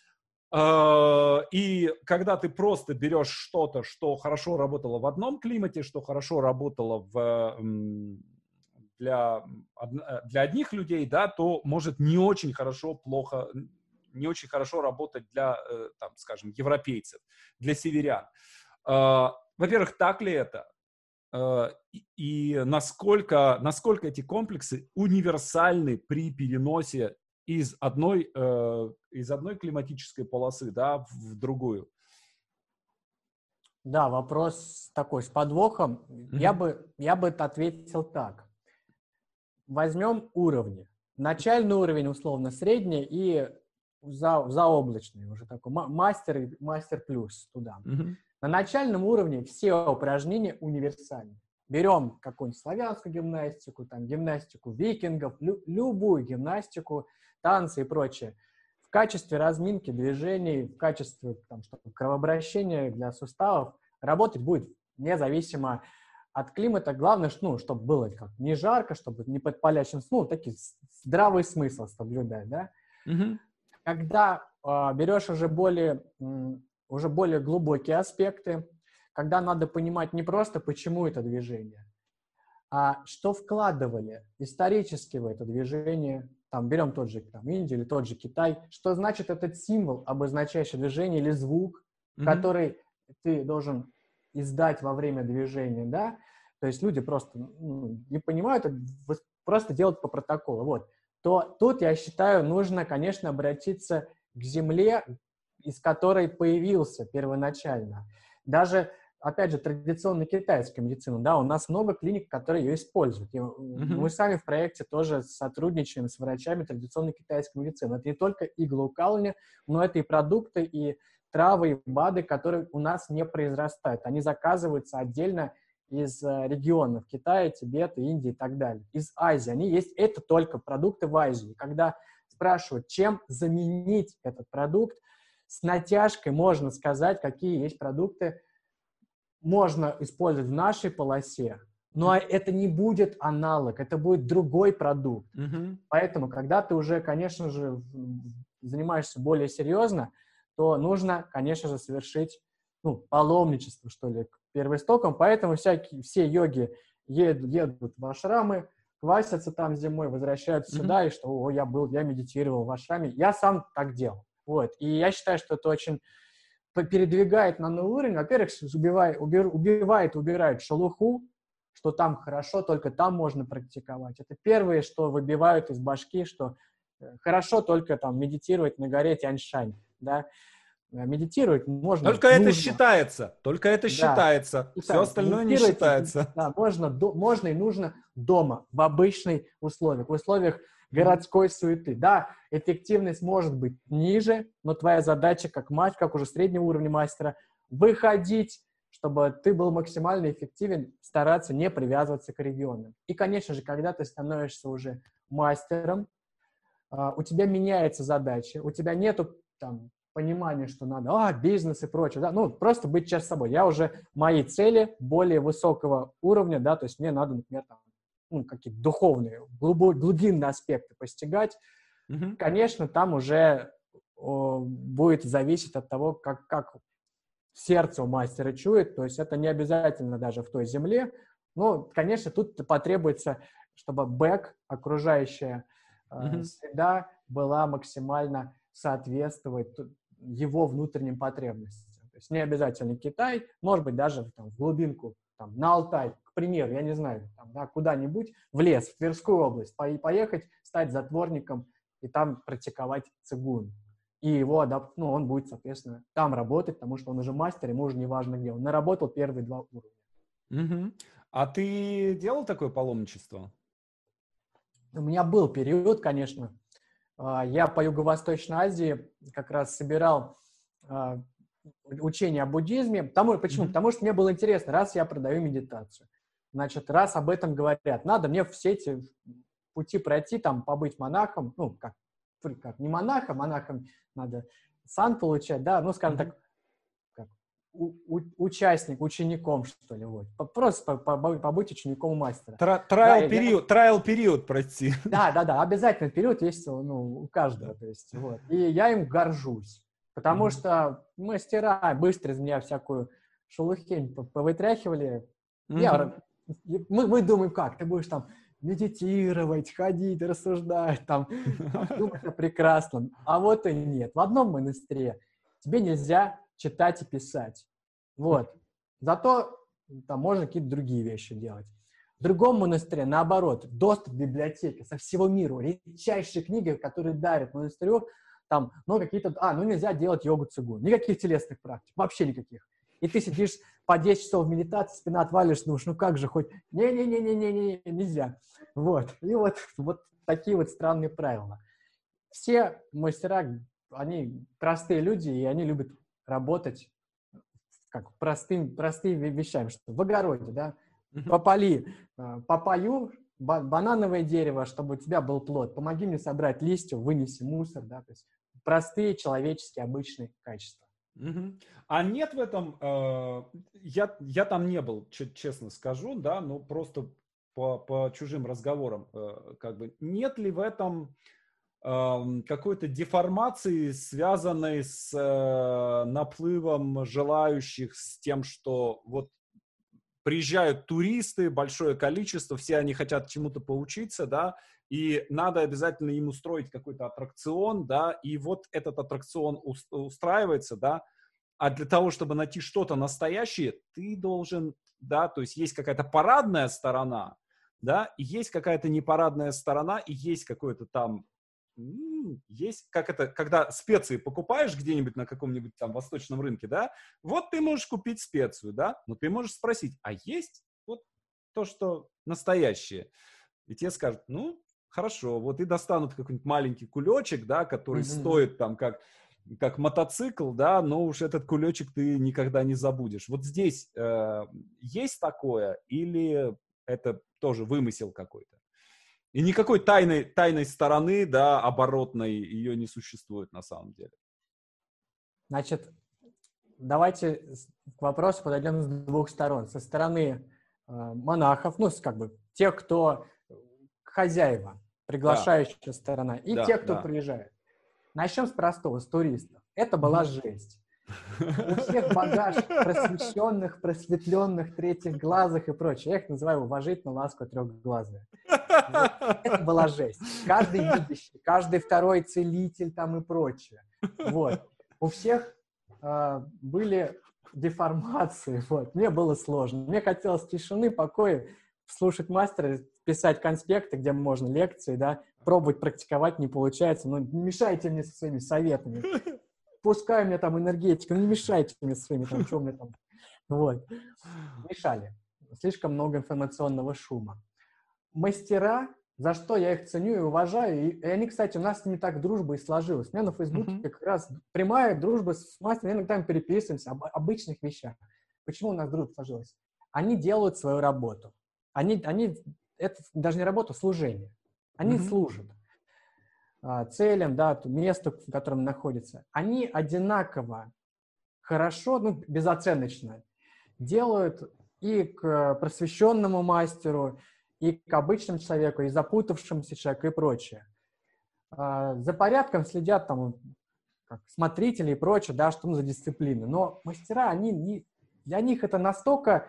И когда ты просто берешь что-то, что хорошо работало в одном климате, что хорошо работало для одних людей, да, то может не очень хорошо работать для, скажем, европейцев, для северян. Во-первых, так ли это? И насколько эти комплексы универсальны при переносе из одной климатической полосы, да, в другую? Да, вопрос такой с подвохом. Я бы ответил так. Возьмем уровни. Начальный уровень, условно, средний и заоблачный, уже такой мастер плюс туда. На начальном уровне все упражнения универсальны. Берем какую-нибудь славянскую гимнастику, там, гимнастику викингов, любую гимнастику, танцы и прочее. В качестве разминки движений, в качестве кровообращения для суставов работать будет независимо от климата. Главное, чтобы было не жарко, чтобы не под палящим, такой здравый смысл соблюдать, да? Когда берешь уже более глубокие аспекты, когда надо понимать не просто, почему это движение, а что вкладывали исторически в это движение. Там, берем тот же Индию или тот же Китай. Что значит этот символ, обозначающий движение, или звук, который ты должен издать во время движения, да, то есть люди просто не понимают, просто делают по протоколу, вот, то тут, я считаю, нужно, конечно, обратиться к земле, из которой появился первоначально. Даже, опять же, традиционная китайская медицина, да, у нас много клиник, которые ее используют. И мы сами в проекте тоже сотрудничаем с врачами традиционной китайской медицины. Это не только иглоукалывание, но это и продукты, и травы, и БАДы, которые у нас не произрастают. Они заказываются отдельно из регионов Китая, Тибета, Индии и так далее. Из Азии. Они есть, это только продукты в Азии. Когда спрашивают, чем заменить этот продукт, с натяжкой можно сказать, какие есть продукты, можно использовать в нашей полосе, но это не будет аналог, это будет другой продукт. Поэтому, когда ты уже, конечно же, занимаешься более серьезно, то нужно, конечно же, совершить паломничество, что ли, к первоистокам. Поэтому все йоги едут в ашрамы, квасятся там зимой, возвращаются сюда, и что, я медитировал в ашраме. Я сам так делал. Вот. И я считаю, что это очень передвигает на новый уровень. Во-первых, убирает шелуху, что там хорошо, только там можно практиковать. Это первое, что выбивают из башки, что хорошо только там медитировать на горе Тянь-Шань, да. Медитировать можно, Только это считается, да. Все остальное не считается. Да, можно и нужно дома, в обычных условиях, в условиях городской суеты. Да, эффективность может быть ниже, но твоя задача как уже среднего уровня мастера, выходить, чтобы ты был максимально эффективен, стараться не привязываться к регионам. И, конечно же, когда ты становишься уже мастером, у тебя меняется задача, у тебя нету там понимания, что надо, бизнес и прочее, да, просто быть честным с собой. Мои цели более высокого уровня, да, то есть мне надо, например, какие-то духовные, глубинные аспекты постигать. Конечно, там уже будет зависеть от того, как сердце у мастера чует, то есть это не обязательно даже в той земле, но, конечно, тут потребуется, чтобы окружающая среда была максимально соответствовать его внутренним потребностям. То есть не обязательно Китай, может быть, даже в глубинку, на Алтай, к примеру, я не знаю, куда-нибудь в лес, в Тверскую область, поехать, стать затворником и там практиковать цигун. И его он будет, соответственно, там работать, потому что он уже мастер, ему уже не важно где. Он наработал первые 2 уровня. А ты делал такое паломничество? У меня был период, конечно. Я по Юго-Восточной Азии как раз собирал учение о буддизме. Почему? Потому что мне было интересно, раз я продаю медитацию, значит, раз об этом говорят, надо мне все эти пути пройти, побыть монахом, как не монахом надо сан получать, да, скажем так, учеником, что ли, вот. Просто побыть учеником мастера. Трайл-период пройти. Да, обязательно период есть у каждого, то есть, вот. И я им горжусь, потому что мастера быстро из меня всякую шелухень повытряхивали. Мы думаем, как, ты будешь медитировать, ходить, рассуждать, думать о прекрасном. А вот и нет. В одном монастыре тебе нельзя читать и писать. Вот. Зато там можно какие-то другие вещи делать. В другом монастыре, наоборот, доступ к библиотеке со всего мира, редчайшие книги, которые дарят монастырю, нельзя делать йогу-цигун. Никаких телесных практик, вообще никаких. И ты сидишь по 10 часов в медитации, спина отвалишь, думаешь, как же хоть... Не, нельзя. Вот. И вот такие вот странные правила. Все мастера, они простые люди, и они любят работать простыми вещами, что в огороде, да, попою банановое дерево, чтобы у тебя был плод, помоги мне собрать листья, вынеси мусор, да, то есть простые человеческие обычные качества. А нет в этом, я там не был, честно скажу, да, но просто по чужим разговорам, нет ли в этом какой-то деформации, связанной с наплывом желающих, с тем, что вот приезжают туристы, большое количество, все они хотят чему-то поучиться, да, и надо обязательно им устроить какой-то аттракцион, да, и вот этот аттракцион устраивается, да, а для того, чтобы найти что-то настоящее, ты должен, да, то есть есть какая-то парадная сторона, да, и есть какая-то непарадная сторона, и есть какой-то там, есть, как это, когда специи покупаешь где-нибудь на каком-нибудь там восточном рынке, да, вот ты можешь купить специю, да, но ты можешь спросить, а есть вот то, что настоящее? И тебе скажут, ну, хорошо, вот и достанут какой-нибудь маленький кулечек, да, который стоит там как мотоцикл, да, но уж этот кулечек ты никогда не забудешь. Вот здесь есть такое или это тоже вымысел какой-то? И никакой тайной стороны, да, оборотной, ее не существует на самом деле. Значит, давайте к вопросу подойдем с двух сторон. Со стороны монахов, ну, как бы тех, кто хозяева, приглашающая сторона, и Да, тех, кто да. приезжает. Начнем с простого, с туристов. Это была жесть. У всех багаж просвещенных, просветленных, третьих глазах и прочее. Я их называю уважительно ласку трехглазые. Вот. Это была жесть. Каждый видящий, каждый второй целитель там и прочее. Вот. У всех были деформации. Вот. Мне было сложно. Мне хотелось тишины, покоя, слушать мастера, писать конспекты, где можно лекции, да, пробовать практиковать не получается. Ну, не мешайте мне со своими советами. Пускай мне там энергетика, не мешайте мне со своими там, что мне там. Вот. Мешали. Слишком много информационного шума. Мастера, за что я их ценю и уважаю, и они, кстати, у нас с ними так дружба и сложилась. У меня на Фейсбуке как раз прямая дружба с мастером, иногда мы переписываемся об обычных вещах. Почему у нас дружба сложилась? Они делают свою работу. Они это даже не работа, а служение. Они служат целям, да, месту, в котором находятся. Они одинаково хорошо, ну, безоценочно делают и к просвещенному мастеру, и к обычному человеку, и запутавшемуся человеку, и прочее. За порядком следят там как смотрители и прочее, да, что за дисциплины. Но мастера, для них это настолько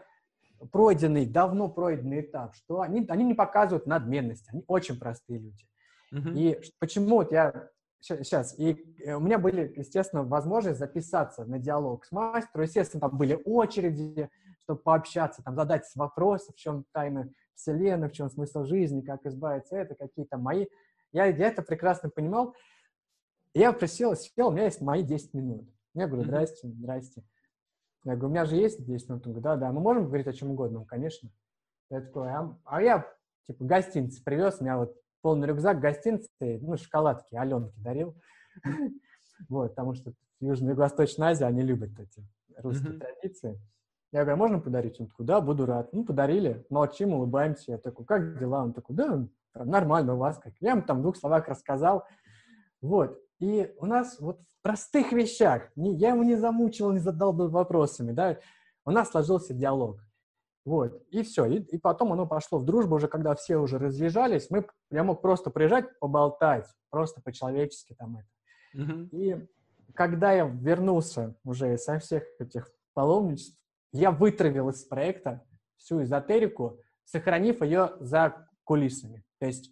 давно пройденный этап, что они не показывают надменности. Они очень простые люди. И почему вот я сейчас... у меня были, естественно, возможность записаться на диалог с мастером. Естественно, там были очереди, чтобы пообщаться, там, задать вопросы, в чем тайна Вселенной, в чем смысл жизни, как избавиться это, какие-то мои... Я это прекрасно понимал. Я присел, сел, у меня есть мои 10 минут. Я говорю, здрасте. Я говорю, у меня же есть 10 минут. Он говорит, да, мы можем говорить о чем угодно? Ну, конечно. Я такой, я, типа, гостинцы привез, у меня вот полный рюкзак гостинцы, ну, шоколадки Аленке дарил. Вот, потому что в Южной и Юго-Восточной Азии они любят эти русские традиции. Я говорю, можно подарить? Он такой, да, буду рад. Ну, подарили, молчим, улыбаемся. Я такой, как дела? Он такой, да, нормально у вас. Как. Я ему там в 2 словах рассказал. Вот. И у нас вот в простых вещах, я ему не замучил, не задал вопросами, да, у нас сложился диалог. Вот, и все. И потом оно пошло в дружбу уже, когда все уже разъезжались, я мог просто приезжать, поболтать, просто по-человечески там это. И когда я вернулся уже со всех этих паломничеств, я вытравил из проекта всю эзотерику, сохранив ее за кулисами. То есть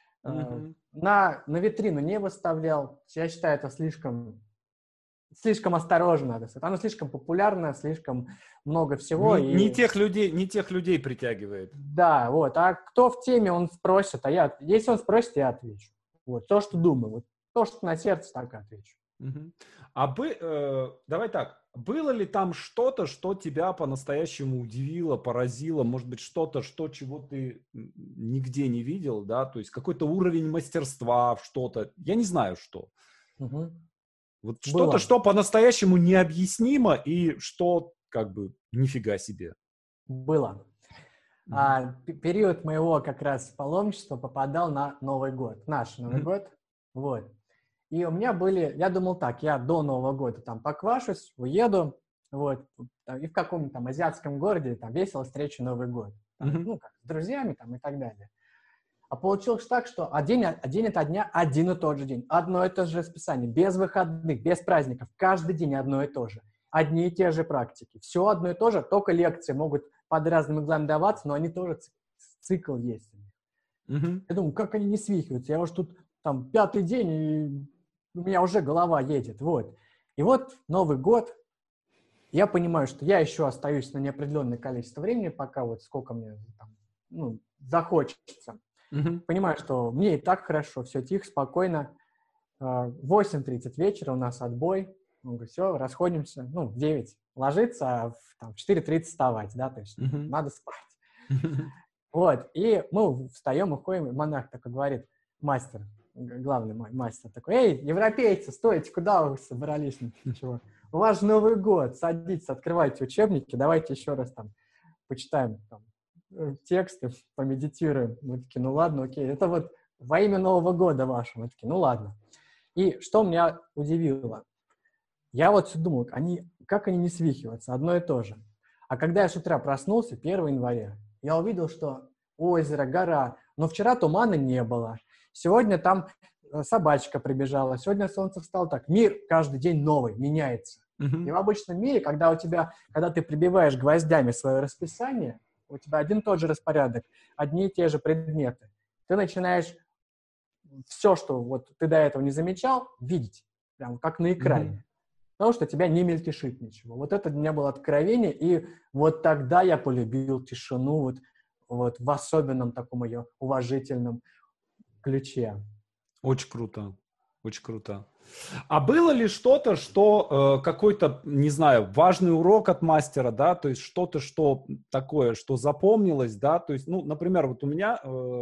на витрину не выставлял. Я считаю, это слишком осторожно надо. Оно слишком популярно, слишком много всего. Не тех людей притягивает. Да, вот. А кто в теме, он спросит. Если он спросит, я отвечу. Вот. То, что думаю. Вот. То, что на сердце, так и отвечу. Давай так. Было ли там что-то, что тебя по-настоящему удивило, поразило? Может быть, что-то, чего ты нигде не видел, да? То есть какой-то уровень мастерства в что-то. Я не знаю, что. Вот что-то, что по-настоящему необъяснимо и что как бы нифига себе. Было. Период моего как раз паломничества попадал на Новый год. Наш Новый год. Вот. И у меня я думал так, я до Нового года там поквашусь, уеду, вот, и в каком-нибудь там азиатском городе там весело встречу Новый год. Там, ну, как, с друзьями там и так далее. А получилось так, что день ото дня один и тот же день. Одно и то же расписание, без выходных, без праздников. Каждый день одно и то же. Одни и те же практики. Все одно и то же, только лекции могут под разными углами даваться, но они тоже цикл есть. Я думаю, как они не свихиваются? Я уже тут там 5-й день, и у меня уже голова едет. Вот. И вот Новый год, я понимаю, что я еще остаюсь на неопределенное количество времени, пока вот сколько мне там, ну, захочется. Понимаю, что мне и так хорошо, все тихо, спокойно. 8:30 вечера у нас отбой. Он говорит, все, расходимся. Ну, в 9 ложиться, а в 4:30 вставать, да, то есть надо спать. Вот, и мы встаем, уходим, и монах такой говорит, мастер, главный мастер такой, эй, европейцы, стойте, куда вы собрались? Ничего. У вас же Новый год, садитесь, открывайте учебники, давайте еще раз там почитаем там, тексты, помедитируем. Мы такие, ну ладно, окей, это вот во имя Нового года вашего. Мы такие, ну ладно. И что меня удивило? Я вот все думал, как они не свихиваются, одно и то же. А когда я с утра проснулся, 1 января, я увидел, что озеро, гора, но вчера тумана не было. Сегодня там собачка прибежала, сегодня солнце встало так. Мир каждый день новый, меняется. И в обычном мире, когда ты прибиваешь гвоздями свое расписание, у тебя один и тот же распорядок, одни и те же предметы. Ты начинаешь все, что вот ты до этого не замечал, видеть, прям как на экране. Потому что тебя не мельтешит ничего. Вот это для меня было откровение, и вот тогда я полюбил тишину вот в особенном таком ее уважительном ключе. Очень круто, очень круто. А было ли что-то, что какой-то, не знаю, важный урок от мастера, да, то есть что-то, что такое, что запомнилось, да, то есть, ну, например, вот у меня,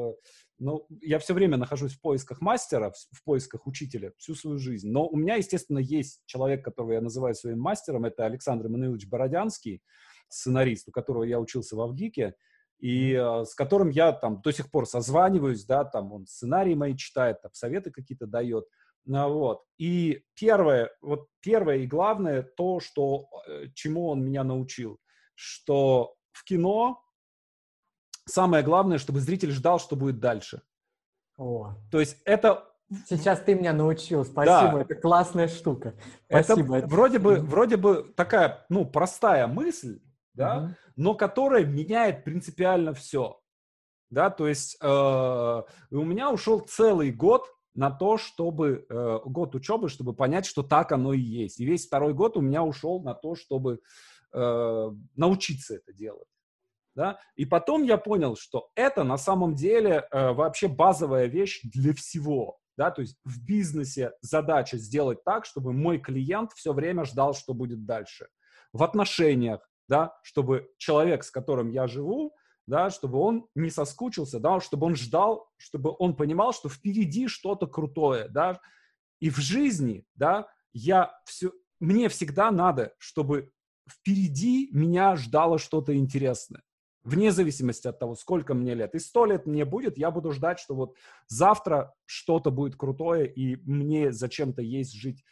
я все время нахожусь в поисках мастера, в поисках учителя всю свою жизнь, но у меня, естественно, есть человек, которого я называю своим мастером, это Александр Эммануилович Бородянский, сценарист, у которого я учился в Авгике, и с которым я там до сих пор созваниваюсь, да, там он сценарии мои читает, там советы какие-то дает. Вот. И первое и главное то, чему он меня научил, что в кино самое главное, чтобы зритель ждал, что будет дальше. О. То есть это... Сейчас ты меня научил, спасибо, да. Это классная штука. Спасибо. Это вроде бы такая, ну, простая мысль, да, но которая меняет принципиально все. Да, то есть у меня ушел целый год на то, чтобы год учебы, чтобы понять, что так оно и есть. И весь второй год у меня ушел на то, чтобы научиться это делать. Да? И потом я понял, что это на самом деле вообще базовая вещь для всего. Да? То есть в бизнесе задача сделать так, чтобы мой клиент все время ждал, что будет дальше. В отношениях, да, чтобы человек, с которым я живу, да, чтобы он не соскучился, да, чтобы он ждал, чтобы он понимал, что впереди что-то крутое, да, и в жизни, да, мне всегда надо, чтобы впереди меня ждало что-то интересное, вне зависимости от того, сколько мне лет. И 100 лет мне будет, я буду ждать, что вот завтра что-то будет крутое, и мне зачем-то есть жить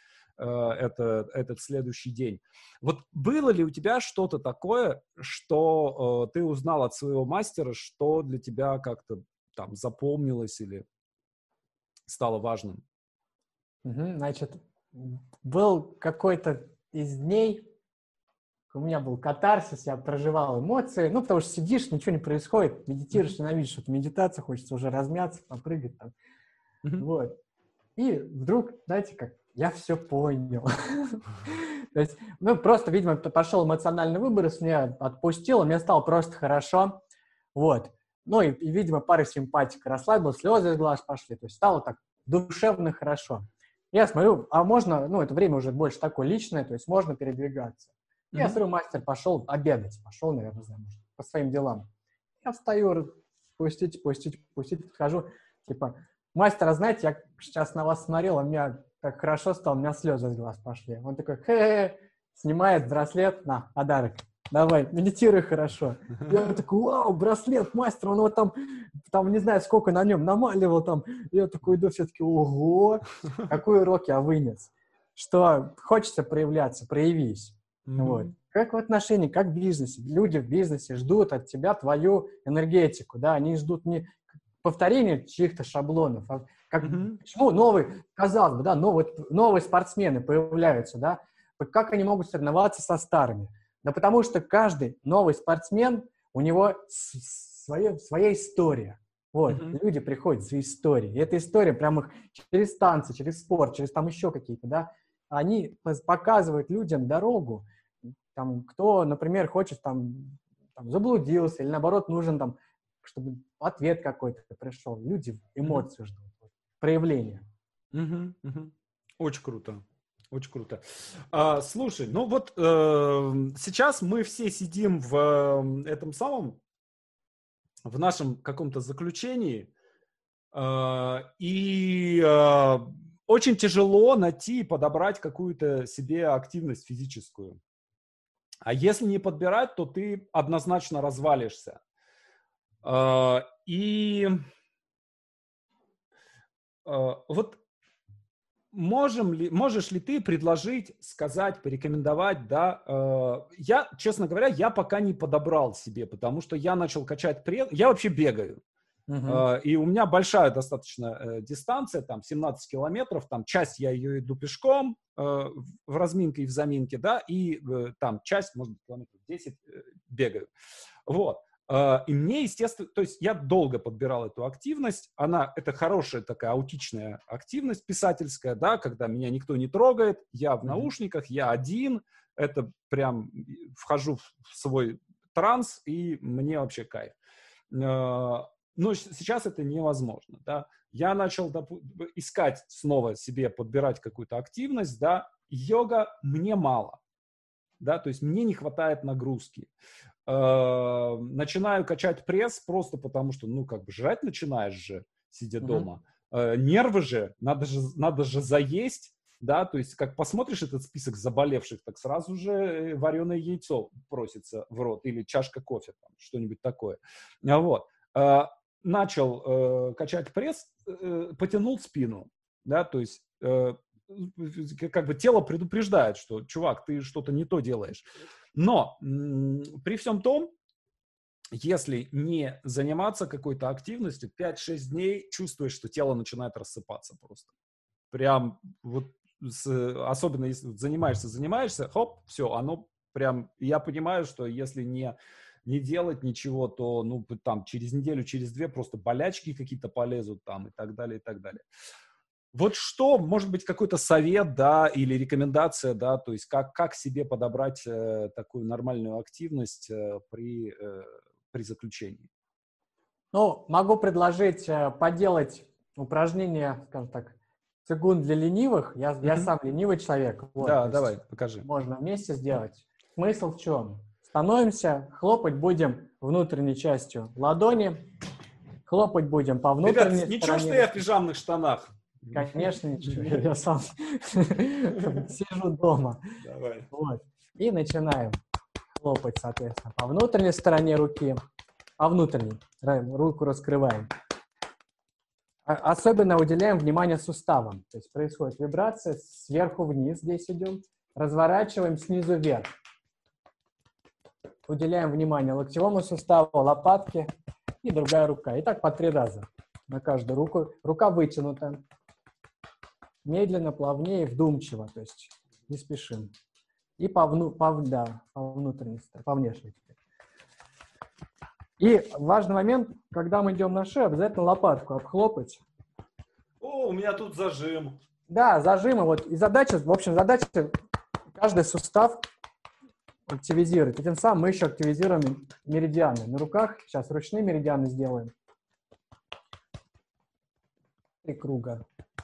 этот следующий день. Вот было ли у тебя что-то такое, что ты узнал от своего мастера, что для тебя как-то там запомнилось или стало важным? Значит, был какой-то из дней, у меня был катарсис, я проживал эмоции, ну, потому что сидишь, ничего не происходит, медитируешь, ненавидишь эту медитацию, хочется уже размяться, попрыгать там. Вот. И вдруг, знаете, как я все понял. То есть, ну, просто, видимо, пошел эмоциональный выброс, меня отпустило, мне стало просто хорошо. Вот. Ну, и видимо, пара симпатик расслабилась, слезы из глаз пошли. То есть стало так душевно хорошо. Я смотрю, а можно, ну, это время уже больше такое личное, то есть можно передвигаться. Я смотрю, мастер пошел обедать, пошел, наверное, может, по своим делам. Я встаю, пустить, подхожу, типа, мастер, а знаете, я сейчас на вас смотрел, а меня так хорошо стало, у меня слезы из глаз пошли. Он такой, снимает браслет, на, подарок, давай, медитируй хорошо. Я такой, вау, браслет, мастер, он вот там не знаю, сколько на нем намаливал там. Я такой иду, все-таки, ого, какой урок я вынес. Что хочется проявляться, проявись. Вот. Как в отношении, как в бизнесе. Люди в бизнесе ждут от тебя твою энергетику, да, они ждут не повторения чьих-то шаблонов, а почему новые, казалось бы, да, новые спортсмены появляются, да, как они могут соревноваться со старыми? Да потому что каждый новый спортсмен, у него своя история. Вот, люди приходят за историей, и эта история прям их через танцы, через спорт, через там еще какие-то, да, они показывают людям дорогу, там, кто, например, хочет там заблудился или, наоборот, нужен там, чтобы ответ какой-то пришел. Люди эмоции ждут, проявления. Очень круто. Очень круто. Слушай, ну вот сейчас мы все сидим в этом самом, в нашем каком-то заключении, и очень тяжело найти и подобрать какую-то себе активность физическую. А если не подбирать, то ты однозначно развалишься. И вот можешь ли ты предложить, сказать, порекомендовать, да? Я, честно говоря, я пока не подобрал себе, потому что я начал качать пресс. Я вообще бегаю. И у меня большая достаточно дистанция, там 17 километров, там часть я ее иду пешком в разминке и в заминке, да, и там часть, может быть, километров 10 бегаю. Вот. И мне, естественно, то есть я долго подбирал эту активность, это хорошая такая аутичная активность писательская, да, когда меня никто не трогает, я в наушниках, я один, это прям вхожу в свой транс, и мне вообще кайф. Но сейчас это невозможно, да. Я начал искать снова себе, подбирать какую-то активность, да. Йога мне мало, да, то есть мне не хватает нагрузки. Начинаю качать пресс просто потому, что, ну, как бы жрать начинаешь же, сидя дома. Нервы же, надо же заесть, да, то есть как посмотришь этот список заболевших, так сразу же вареное яйцо просится в рот или чашка кофе, там, что-нибудь такое. Вот. Начал качать пресс, потянул спину, да, то есть как бы тело предупреждает, что, чувак, ты что-то не то делаешь. Но при всем том, если не заниматься какой-то активностью, 5-6 дней чувствуешь, что тело начинает рассыпаться просто. Прям вот, особенно если занимаешься, хоп, все, оно прям, я понимаю, что если не делать ничего, то, ну, там, через неделю, через две просто болячки какие-то полезут там и так далее, и так далее. Вот что, может быть, какой-то совет, да, или рекомендация, да, то есть как себе подобрать такую нормальную активность при заключении? Ну, могу предложить поделать упражнения, скажем так, цигун для ленивых. Я сам ленивый человек. Вот, да, давай, покажи. Можно вместе сделать. Смысл в чем? Становимся, хлопать будем внутренней частью ладони, хлопать будем по внутренней стороне. Ребят, стороне. ничего, что я в пижамных штанах? Конечно, ничего. Я сам сижу дома. Давай. Вот. И начинаем хлопать, соответственно, по внутренней стороне руки, по внутренней. Руку раскрываем. Особенно уделяем внимание суставам. То есть происходит вибрация сверху вниз, здесь идем. Разворачиваем снизу вверх. Уделяем внимание локтевому суставу, лопатке и другая рука. И так по 3 раза на каждую руку. Рука вытянута. Медленно, плавнее, вдумчиво. То есть не спешим. И по внутренней стороне, по внешней. И важный момент, когда мы идем на шею, обязательно лопатку обхлопать. О, у меня тут зажим. Да, зажимы. Вот. И задача каждый сустав активизировать. И тем самым мы еще активизируем меридианы. На руках сейчас ручные меридианы сделаем. 3 круга.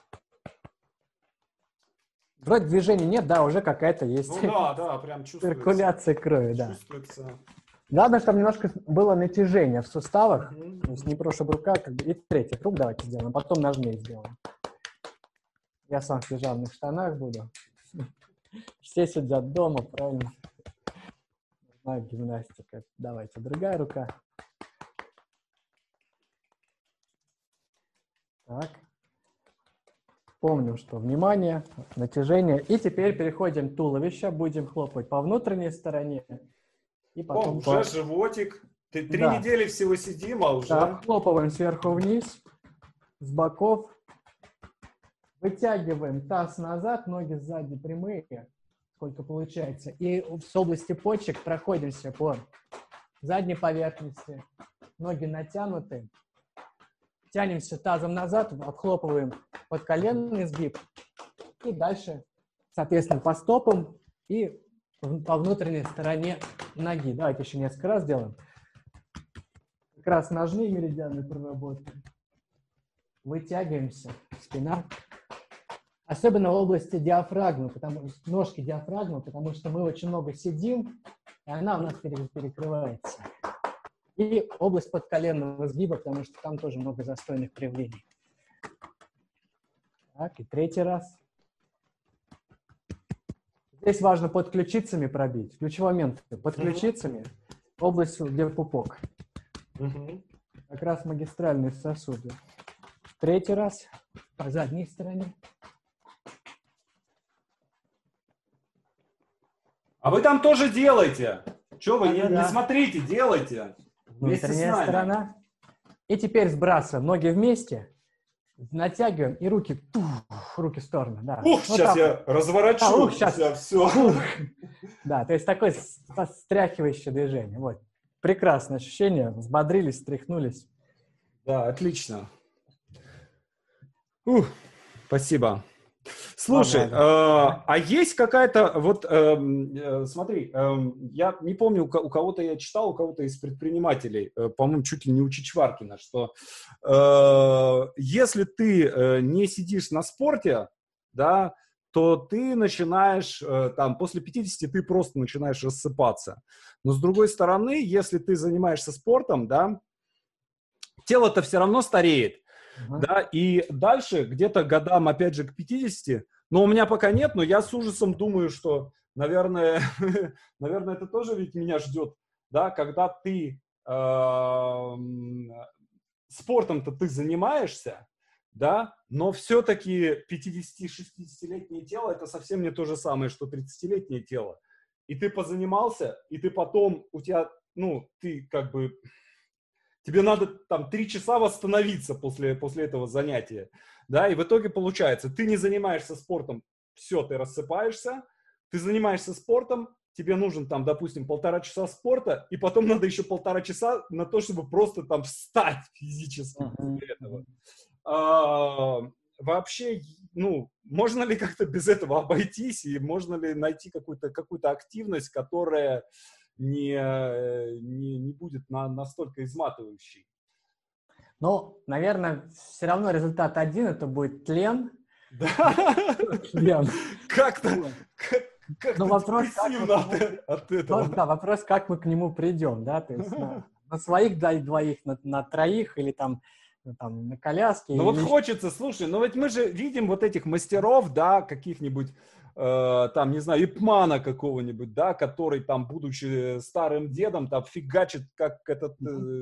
Вроде движения нет, да, уже какая-то есть. Ну да, прям чувствуется. Циркуляция крови, да. Чувствуется. Главное, чтобы немножко было натяжение в суставах. То есть не просто рука, как бы. И 3-й круг давайте сделаем, а потом ножней сделаем. Я сам в пижамных штанах буду. Все сидят дома, правильно? Гимнастика. Давайте, другая рука. Так. Помним, что внимание, натяжение. И теперь переходим туловище. Будем хлопать по внутренней стороне. И потом уже животик. 3 недели всего сидим, а уже... Да, хлопаем сверху вниз, с боков. Вытягиваем таз назад, ноги сзади прямые, сколько получается. И с области почек проходимся по задней поверхности. Ноги натянуты. Тянемся тазом назад, обхлопываем подколенный сгиб. И дальше, соответственно, по стопам и по внутренней стороне ноги. Давайте еще несколько раз сделаем. Как раз ножные меридианы проработаем. Вытягиваемся, спина. Особенно в области диафрагмы, ножки диафрагмы, потому что мы очень много сидим, и она у нас перекрывается. И область подколенного сгиба, потому что там тоже много застойных кривлений. Так, и третий раз. Здесь важно под ключицами пробить. Ключевой момент. Под ключицами область, где пупок. Как раз магистральные сосуды. Третий раз по задней стороне. А вы там тоже делаете. Что вы не смотрите, делайте. Внутренняя сторона. И теперь сбрасываем ноги вместе, натягиваем и руки в сторону. Да. Ух, вот сейчас я разворачу. Сейчас все. Да, то есть такое встряхивающее движение. Вот. Прекрасное ощущение. Взбодрились, встряхнулись. Да, отлично. Спасибо. Слушай, а есть какая-то, вот смотри, я не помню, у кого-то я читал, у кого-то из предпринимателей, по-моему, чуть ли не у Чичваркина, что если ты не сидишь на спорте, да, то ты начинаешь, там, после 50 ты просто начинаешь рассыпаться. Но с другой стороны, если ты занимаешься спортом, да, тело-то все равно стареет. Да, и дальше, где-то годам, опять же, к 50, но у меня пока нет, но я с ужасом думаю, что, наверное, это тоже ведь меня ждет, да, когда ты спортом-то ты занимаешься, да, но все-таки 50-60-летнее тело это совсем не то же самое, что 30-летнее тело. И ты позанимался, и ты потом, у тебя, ну, ты как бы... Тебе надо там 3 часа восстановиться после этого занятия, да, и в итоге получается, ты не занимаешься спортом, все, ты рассыпаешься, ты занимаешься спортом, тебе нужен там, допустим, 1,5 часа спорта, и потом надо еще 1,5 часа на то, чтобы просто там встать физически после этого. Вообще, ну, можно ли как-то без этого обойтись, и можно ли найти какую-то активность, которая не будет настолько изматывающий. Ну, наверное, все равно результат один, это будет тлен. Да. Тлен. Как-то вопрос, от этого. Да, вопрос, как мы к нему придем, да, то есть на своих двоих, на троих или там на коляске. Ну вот хочется, слушай, ну ведь мы же видим вот этих мастеров, да, каких-нибудь, там, не знаю, Ипмана какого-нибудь, да, который там, будучи старым дедом, там фигачит, как этот,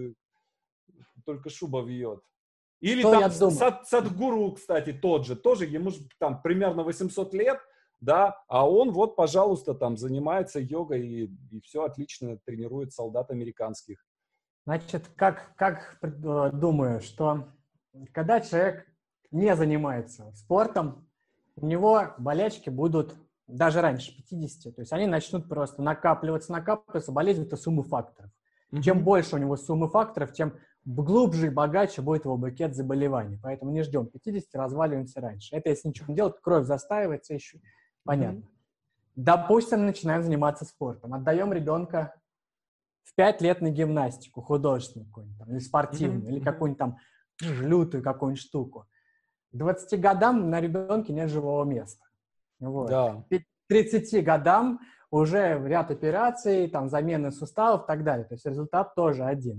только шуба вьет. Или что там Садхгуру, кстати, тоже ему же там примерно 800 лет, да, а он вот, пожалуйста, там занимается йогой и все отлично тренирует солдат американских. Значит, как думаю, что когда человек не занимается спортом, у него болячки будут даже раньше 50. То есть они начнут просто накапливаться. Болезнь — это сумма факторов. Чем больше у него суммы факторов, тем глубже и богаче будет его букет заболеваний. Поэтому не ждем 50, разваливаемся раньше. Это если ничего не делать, кровь застаивается еще. Понятно. Допустим, начинаем заниматься спортом. Отдаем ребенка в 5 лет на гимнастику, художественную какую-нибудь, там, или спортивную, или какую-нибудь там лютую какую-нибудь штуку. К 20 годам на ребенке нет живого места. Вот. Да. К 30 годам уже ряд операций, там, замены суставов и так далее. То есть результат тоже один,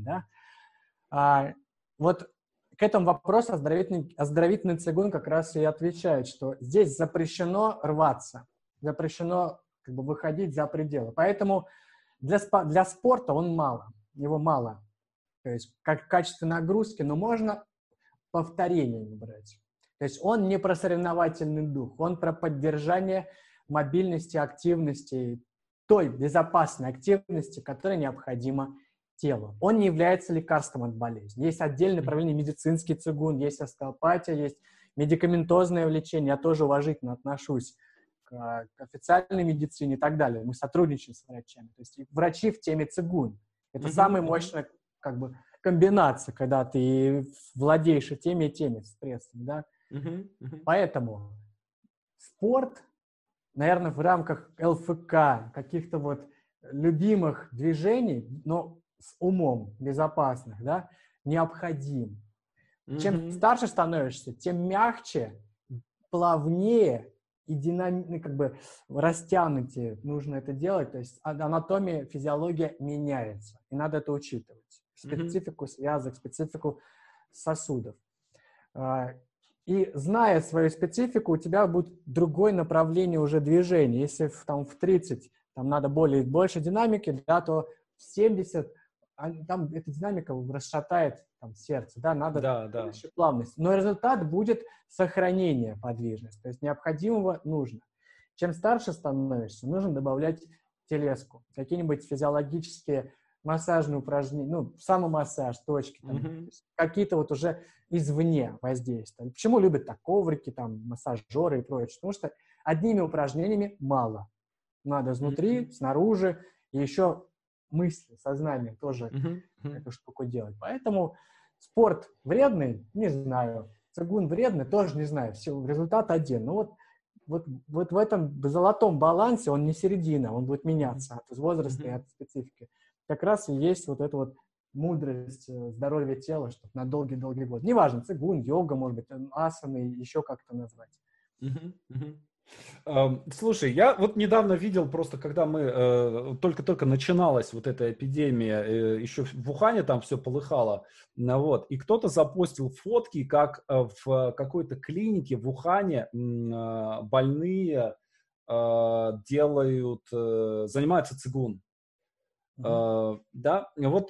да. Вот к этому вопросу оздоровительный цигун как раз и отвечает, что здесь запрещено рваться, запрещено как бы выходить за пределы. Поэтому для спорта его мало. То есть как качество нагрузки, но можно повторение не брать. То есть он не про соревновательный дух, он про поддержание мобильности, активности, той безопасной активности, которая необходима телу. Он не является лекарством от болезни. Есть отдельное направление медицинский цигун, есть остеопатия, есть медикаментозное лечение. Я тоже уважительно отношусь к официальной медицине и так далее. Мы сотрудничаем с врачами. То есть врачи в теме цигун. Это самая мощная как бы комбинация, когда ты владеешь и теме средствами, да. Поэтому спорт наверное, в рамках ЛФК, каких-то вот любимых движений, но с умом, безопасных, да, необходим. Чем старше становишься, тем мягче, плавнее и как бы растянутее нужно это делать. То есть анатомия, физиология меняется, и надо это учитывать. Специфику связок, специфику сосудов. И зная свою специфику, у тебя будет другое направление уже движения. Если в 30 там надо больше динамики, да, то в 70 там эта динамика расшатает там, сердце, да, надо больше плавности. Но результат будет сохранение подвижности, то есть необходимого нужно. Чем старше становишься, нужно добавлять телеску, какие-нибудь физиологические массажные упражнения, ну, самомассаж, точки, там, какие-то вот уже извне воздействия. Почему любят так коврики, там, массажеры и прочее? Потому что одними упражнениями мало. Надо изнутри, снаружи, и еще мысли, сознание тоже эту штуку делать. Поэтому спорт вредный, не знаю. Цигун вредный, тоже не знаю. Все, результат один. Но вот в этом золотом балансе он не середина, он будет меняться от возраста и от специфики. Как раз и есть вот эта вот мудрость здоровья тела, чтобы на долгие-долгие годы. Неважно, цигун, йога, может быть, асаны, еще как-то назвать. Слушай, я вот недавно видел, просто когда мы только-только начиналась вот эта эпидемия, еще в Ухане там все полыхало, вот, и кто-то запостил фотки, как в какой-то клинике в Ухане больные занимаются цигун. Да, вот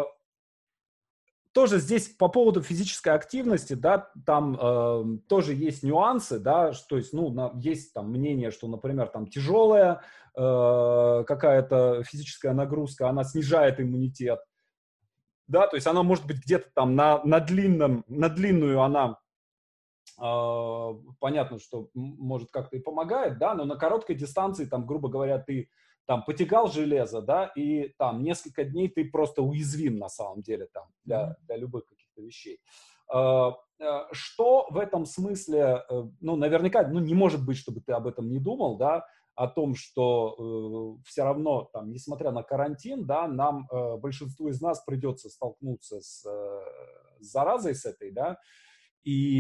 тоже здесь по поводу физической активности, да, там тоже есть нюансы, да, то есть, ну, есть там мнение, что, например, там тяжелая какая-то физическая нагрузка, она снижает иммунитет, да, то есть она может быть где-то там на длинную она, понятно, что может как-то и помогает, да, но на короткой дистанции, там, грубо говоря, ты там потягал железо, да, и там несколько дней ты просто уязвим на самом деле там для любых каких-то вещей. Что в этом смысле, ну, наверняка, ну, не может быть, чтобы ты об этом не думал, да, о том, что все равно, там, несмотря на карантин, да, нам, большинству из нас придется столкнуться с заразой с этой, да, и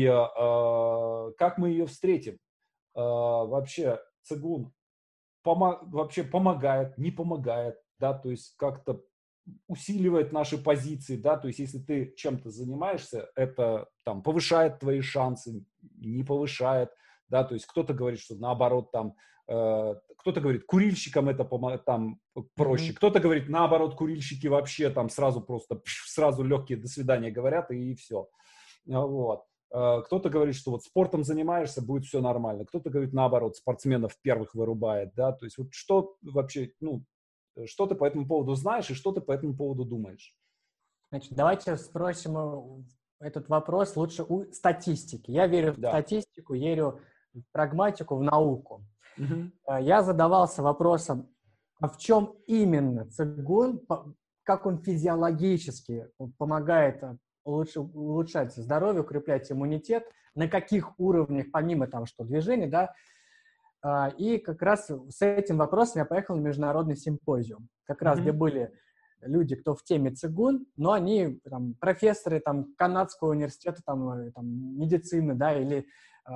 как мы ее встретим? Вообще, цигун вообще помогает, не помогает, да, то есть как-то усиливает наши позиции, да, то есть если ты чем-то занимаешься, это там повышает твои шансы, не повышает, да, то есть кто-то говорит, что наоборот там, кто-то говорит, курильщикам это там проще, кто-то говорит, наоборот, курильщики вообще там сразу легкие до свидания говорят и все, вот. Кто-то говорит, что вот спортом занимаешься, будет все нормально. Кто-то говорит, наоборот, спортсменов первых вырубает, да. То есть вот что вообще, ну, что ты по этому поводу знаешь и что ты по этому поводу думаешь? Значит, давайте спросим этот вопрос лучше у статистики. Я верю в статистику, верю в прагматику, в науку. Я задавался вопросом, а в чем именно цигун, как он физиологически помогает улучшать здоровье, укреплять иммунитет, на каких уровнях, помимо там, что движений, да, и как раз с этим вопросом я поехал на международный симпозиум, как раз где были люди, кто в теме цигун, но они там, профессоры там, канадского университета там, медицины, да, или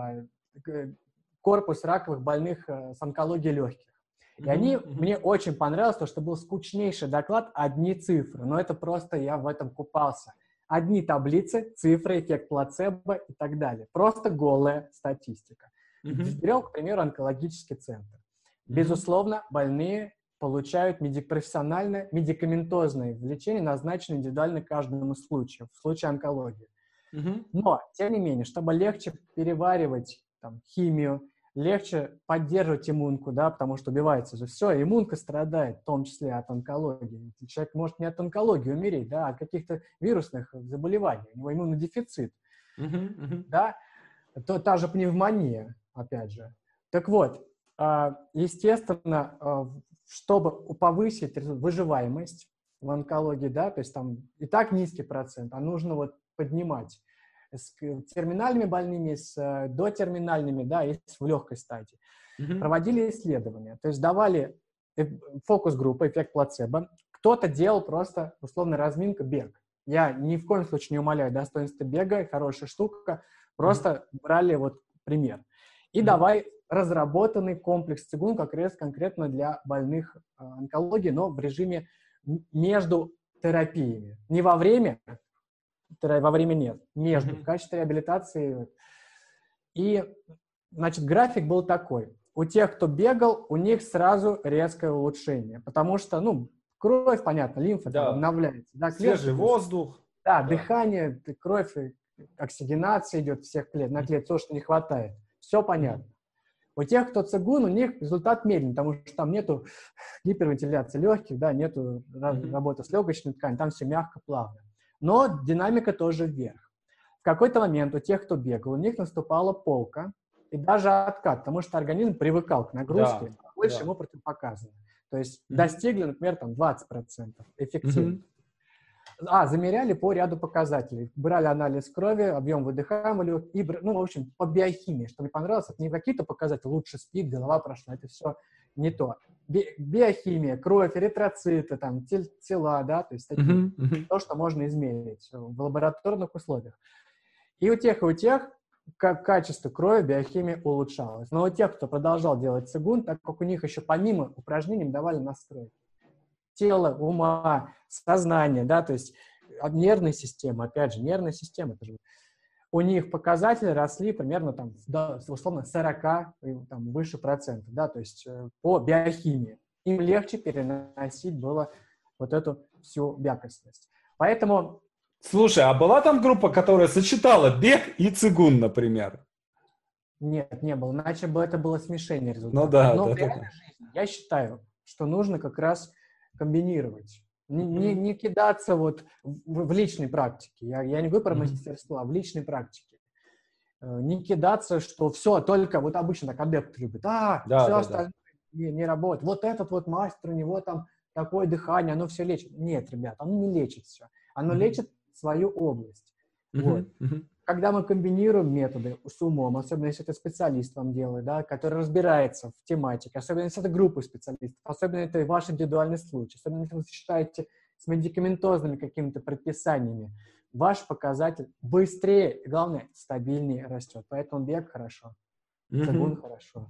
корпус раковых больных с онкологией легких. И мне очень понравилось, то, что был скучнейший доклад, одни цифры, но это просто я в этом купался. Одни таблицы, цифры, эффект плацебо и так далее. Просто голая статистика. Берем, к примеру, онкологический центр. Безусловно, больные получают профессиональное медикаментозное лечение, назначенное индивидуально каждому случаю, в случае онкологии. Но, тем не менее, чтобы легче переваривать там, химию, легче поддерживать иммунку, да, потому что убивается же все, иммунка страдает, в том числе от онкологии. Человек может не от онкологии умереть, да, а от каких-то вирусных заболеваний, у него иммунодефицит, да, та же пневмония, опять же. Так вот, естественно, чтобы повысить выживаемость в онкологии, да, то есть там и так низкий процент, а нужно вот поднимать с терминальными больными, с дотерминальными, да, и в легкой стадии. проводили исследования. То есть давали фокус-группу, эффект плацебо. Кто-то делал просто, условно, разминка, бег. Я ни в коем случае не умаляю достоинства бега, хорошая штука. Просто брали вот пример. И давай разработанный комплекс цигун как раз конкретно для больных онкологии, но в режиме между терапиями. Не во время нет, между, в качестве реабилитации. И, значит, график был такой. У тех, кто бегал, у них сразу резкое улучшение, потому что, ну, кровь, понятно, лимфа там обновляется. Да, свежий воздух. Да, дыхание, кровь, оксигенация идет всех клеток, на клетки, то, что не хватает. Все понятно. У тех, кто цигун, у них результат медленный, потому что там нету гипервентиляции легких, да, нету работы с легочной тканью, там все мягко, плавно. Но динамика тоже вверх. В какой-то момент у тех, кто бегал, у них наступала полка и даже откат, потому что организм привыкал к нагрузке, больше ему противопоказано. То есть достигли, например, там 20% эффективности. Замеряли по ряду показателей. Брали анализ крови, объем выдыхаемого, и, ну, в общем, по биохимии. Что мне понравилось, это не какие-то показатели, лучше спит, голова прошла, это все не то. Биохимия, кровь, эритроциты, там, тела, да, то есть такие, то, что можно измерить в лабораторных условиях. И у тех, как качество крови, биохимия улучшалась. Но у тех, кто продолжал делать цигун, так как у них еще помимо упражнений им давали настройки. Тела, ума, сознания, да, то есть нервная система, опять же, нервная система, это же, у них показатели росли примерно там, условно, 40, там, выше процентов, да, то есть по биохимии. Им легче переносить было вот эту всю бякостность. Поэтому... Слушай, а была там группа, которая сочетала бег и цигун, например? Нет, не было, иначе бы это было смешение результатов. Ну да, но да, в реальной жизни я считаю, что нужно как раз комбинировать. Не кидаться вот в личной практике. Я не говорю про мастерство, а в личной практике. Не кидаться, что все, только вот обычно так адепты любят. Все остальное не работает. Вот этот вот мастер, у него там такое дыхание, оно все лечит. Нет, ребят, оно не лечит все. Оно лечит свою область. Вот. Когда мы комбинируем методы с умом, особенно если это специалист вам делает, да, который разбирается в тематике, особенно если это группа специалистов, особенно это ваш индивидуальный случай, особенно если вы сочетаете с медикаментозными какими-то предписаниями, ваш показатель быстрее и, главное, стабильнее растет. Поэтому бег хорошо, цигун хорошо.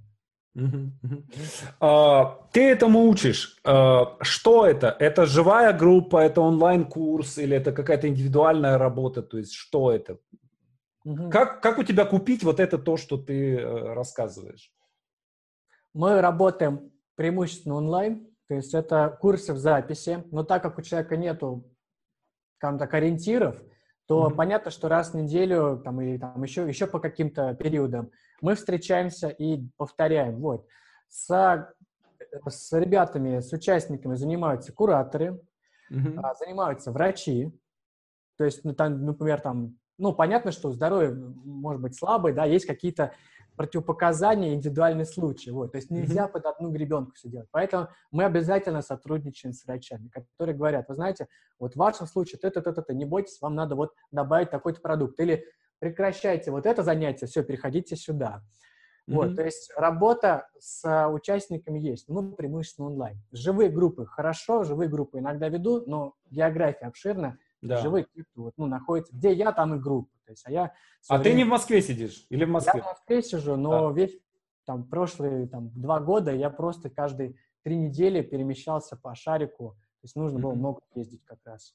Ты этому учишь. Что это? Это живая группа, это онлайн-курс или это какая-то индивидуальная работа? То есть что это? Как у тебя купить вот это то, что ты рассказываешь? Мы работаем преимущественно онлайн, то есть это курсы в записи, но так как у человека нету, скажем так, ориентиров, то понятно, что раз в неделю там, или там, еще по каким-то периодам мы встречаемся и повторяем. Вот. С ребятами, с участниками занимаются кураторы, занимаются врачи, то есть, например, там, ну, понятно, что здоровье может быть слабое, да, есть какие-то противопоказания, индивидуальные случаи, вот, то есть нельзя под одну гребенку все делать, поэтому мы обязательно сотрудничаем с врачами, которые говорят, вы знаете, вот в вашем случае не бойтесь, вам надо вот добавить такой-то продукт, или прекращайте вот это занятие, все, переходите сюда. Вот, то есть работа с участниками есть, ну, преимущественно онлайн. Живые группы хорошо, живые группы иногда веду, но география обширна. Живые вот, находятся. Где я, там и группа. То есть, ты не в Москве сидишь? Или в Москве? Я в Москве сижу, но прошлые 2 года я просто каждые 3 недели перемещался по шарику. То есть нужно было много ездить как раз.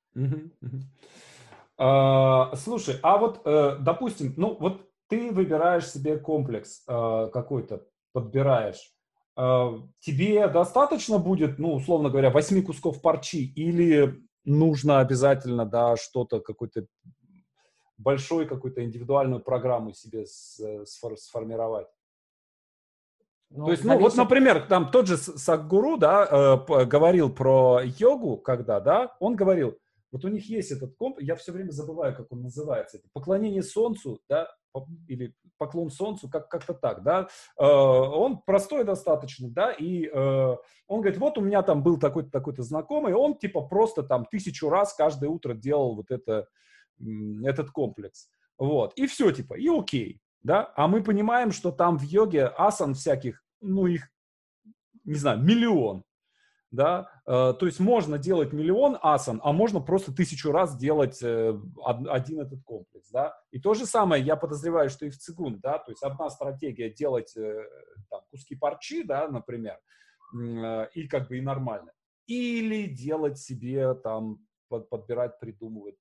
Слушай, а вот, допустим, ну вот ты выбираешь себе комплекс какой-то, подбираешь. Тебе достаточно будет, ну, условно говоря, 8 кусков парчи или нужно обязательно, да, что-то, какой-то большой, какую-то индивидуальную программу себе сформировать? То есть, ну, вот, например, там тот же Садхгуру, да, говорил про йогу, когда, да, он говорил, вот у них есть этот комплекс, я все время забываю, как он называется, это поклонение солнцу, да, или поклон солнцу, как-то так, да, он простой достаточно, да, и он говорит, вот у меня там был такой-то знакомый, он типа просто там 1000 раз каждое утро делал вот этот комплекс, вот, и все типа, и окей, да, а мы понимаем, что там в йоге асан всяких ну, их, не знаю, миллион. Да, то есть можно делать миллион асан, а можно просто 1000 раз делать один этот комплекс, да. И то же самое, я подозреваю, что и в цигун, да, то есть одна стратегия делать там, куски парчи, да, например, и как бы и нормально. Или делать себе там, подбирать, придумывать.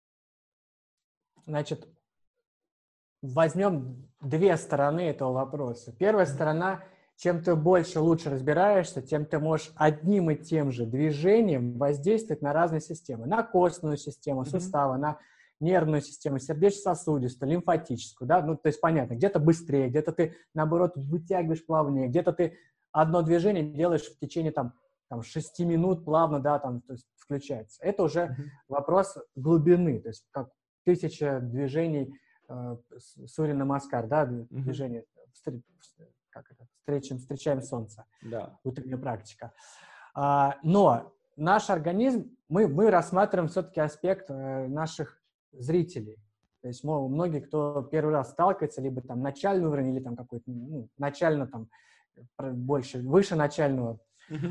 Значит, возьмем две стороны этого вопроса. Первая сторона, чем ты больше, лучше разбираешься, тем ты можешь одним и тем же движением воздействовать на разные системы. На костную систему, суставы, на нервную систему, сердечно-сосудистую, лимфатическую. Да? Ну, то есть понятно, где-то быстрее, где-то ты, наоборот, вытягиваешь плавнее, где-то ты одно движение делаешь в течение там, 6 минут плавно, да, там, то есть включается. Это уже вопрос глубины, то есть как 1000 движений Сурья Намаскар, да, движение, как это, встречаем солнце, да. Утренняя практика. Но наш организм, мы рассматриваем все-таки аспект наших зрителей. То есть многие, кто первый раз сталкивается, либо там начальный уровень, или там какой-то, ну, начально там больше, выше начального.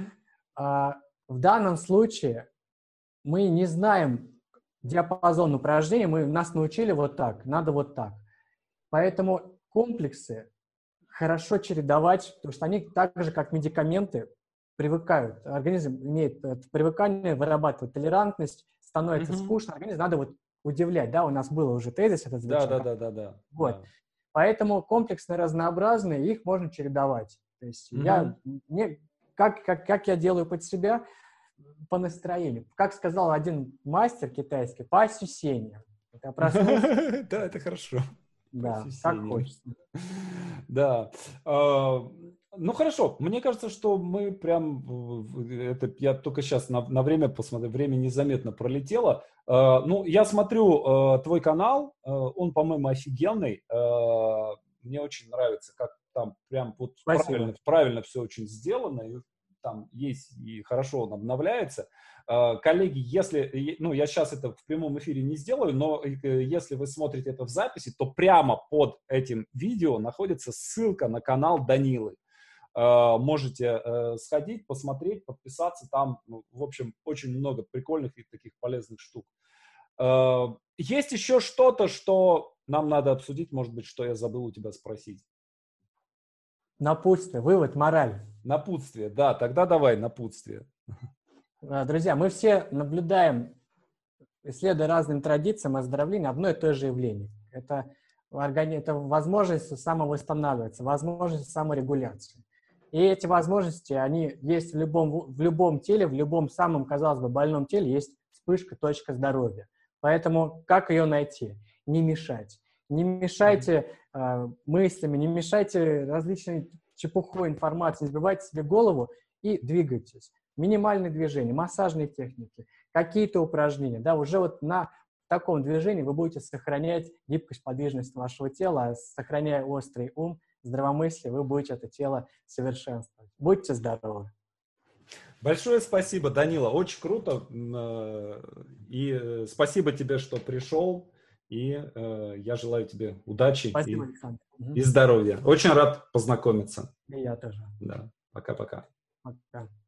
В данном случае мы не знаем диапазон упражнений, нас научили вот так, надо вот так. Поэтому комплексы хорошо чередовать, потому что они так же, как медикаменты, привыкают. Организм имеет привыкание, вырабатывает толерантность, становится скучно, организм надо вот удивлять. Да, у нас было уже тезис этот звучал. Да. Вот. Поэтому комплексные, разнообразные, их можно чередовать. То есть как я делаю под себя, по настроению. Как сказал один мастер китайский, по ощущениям. Это проснулся. Да, это хорошо. Да, как хочется. Да. Ну, хорошо. Мне кажется, что мы прям... Это я только сейчас на время посмотрю. Время незаметно пролетело. Ну, я смотрю твой канал. Он, по-моему, офигенный. Мне очень нравится, как там прям вот правильно все очень сделано. И там есть, и хорошо он обновляется. Коллеги, если, ну, я сейчас это в прямом эфире не сделаю, но если вы смотрите это в записи, то прямо под этим видео находится ссылка на канал Данилы. Можете сходить, посмотреть, подписаться. Там, в общем, очень много прикольных и таких полезных штук. Есть еще что-то, что нам надо обсудить, может быть, что я забыл у тебя спросить? Напутствие, вывод, мораль. Напутствие, да, тогда давай напутствие. Друзья, мы все наблюдаем, исследуя разным традициям оздоровления, одно и то же явление. Это возможность самовосстанавливаться, возможность саморегуляции. И эти возможности, они есть в любом теле, в любом самом, казалось бы, больном теле есть вспышка, точка здоровья. Поэтому как ее найти? Не мешать. Не мешайте мыслями, не мешайте различной чепухой информации, не сбивайте себе голову и двигайтесь. Минимальные движения, массажные техники, какие-то упражнения. Да, уже вот на таком движении вы будете сохранять гибкость, подвижность вашего тела, а сохраняя острый ум, здравомыслие, вы будете это тело совершенствовать. Будьте здоровы! Большое спасибо, Данила, очень круто. И спасибо тебе, что пришел. И я желаю тебе удачи и здоровья. Очень рад познакомиться. И я тоже. Да, пока-пока. Пока.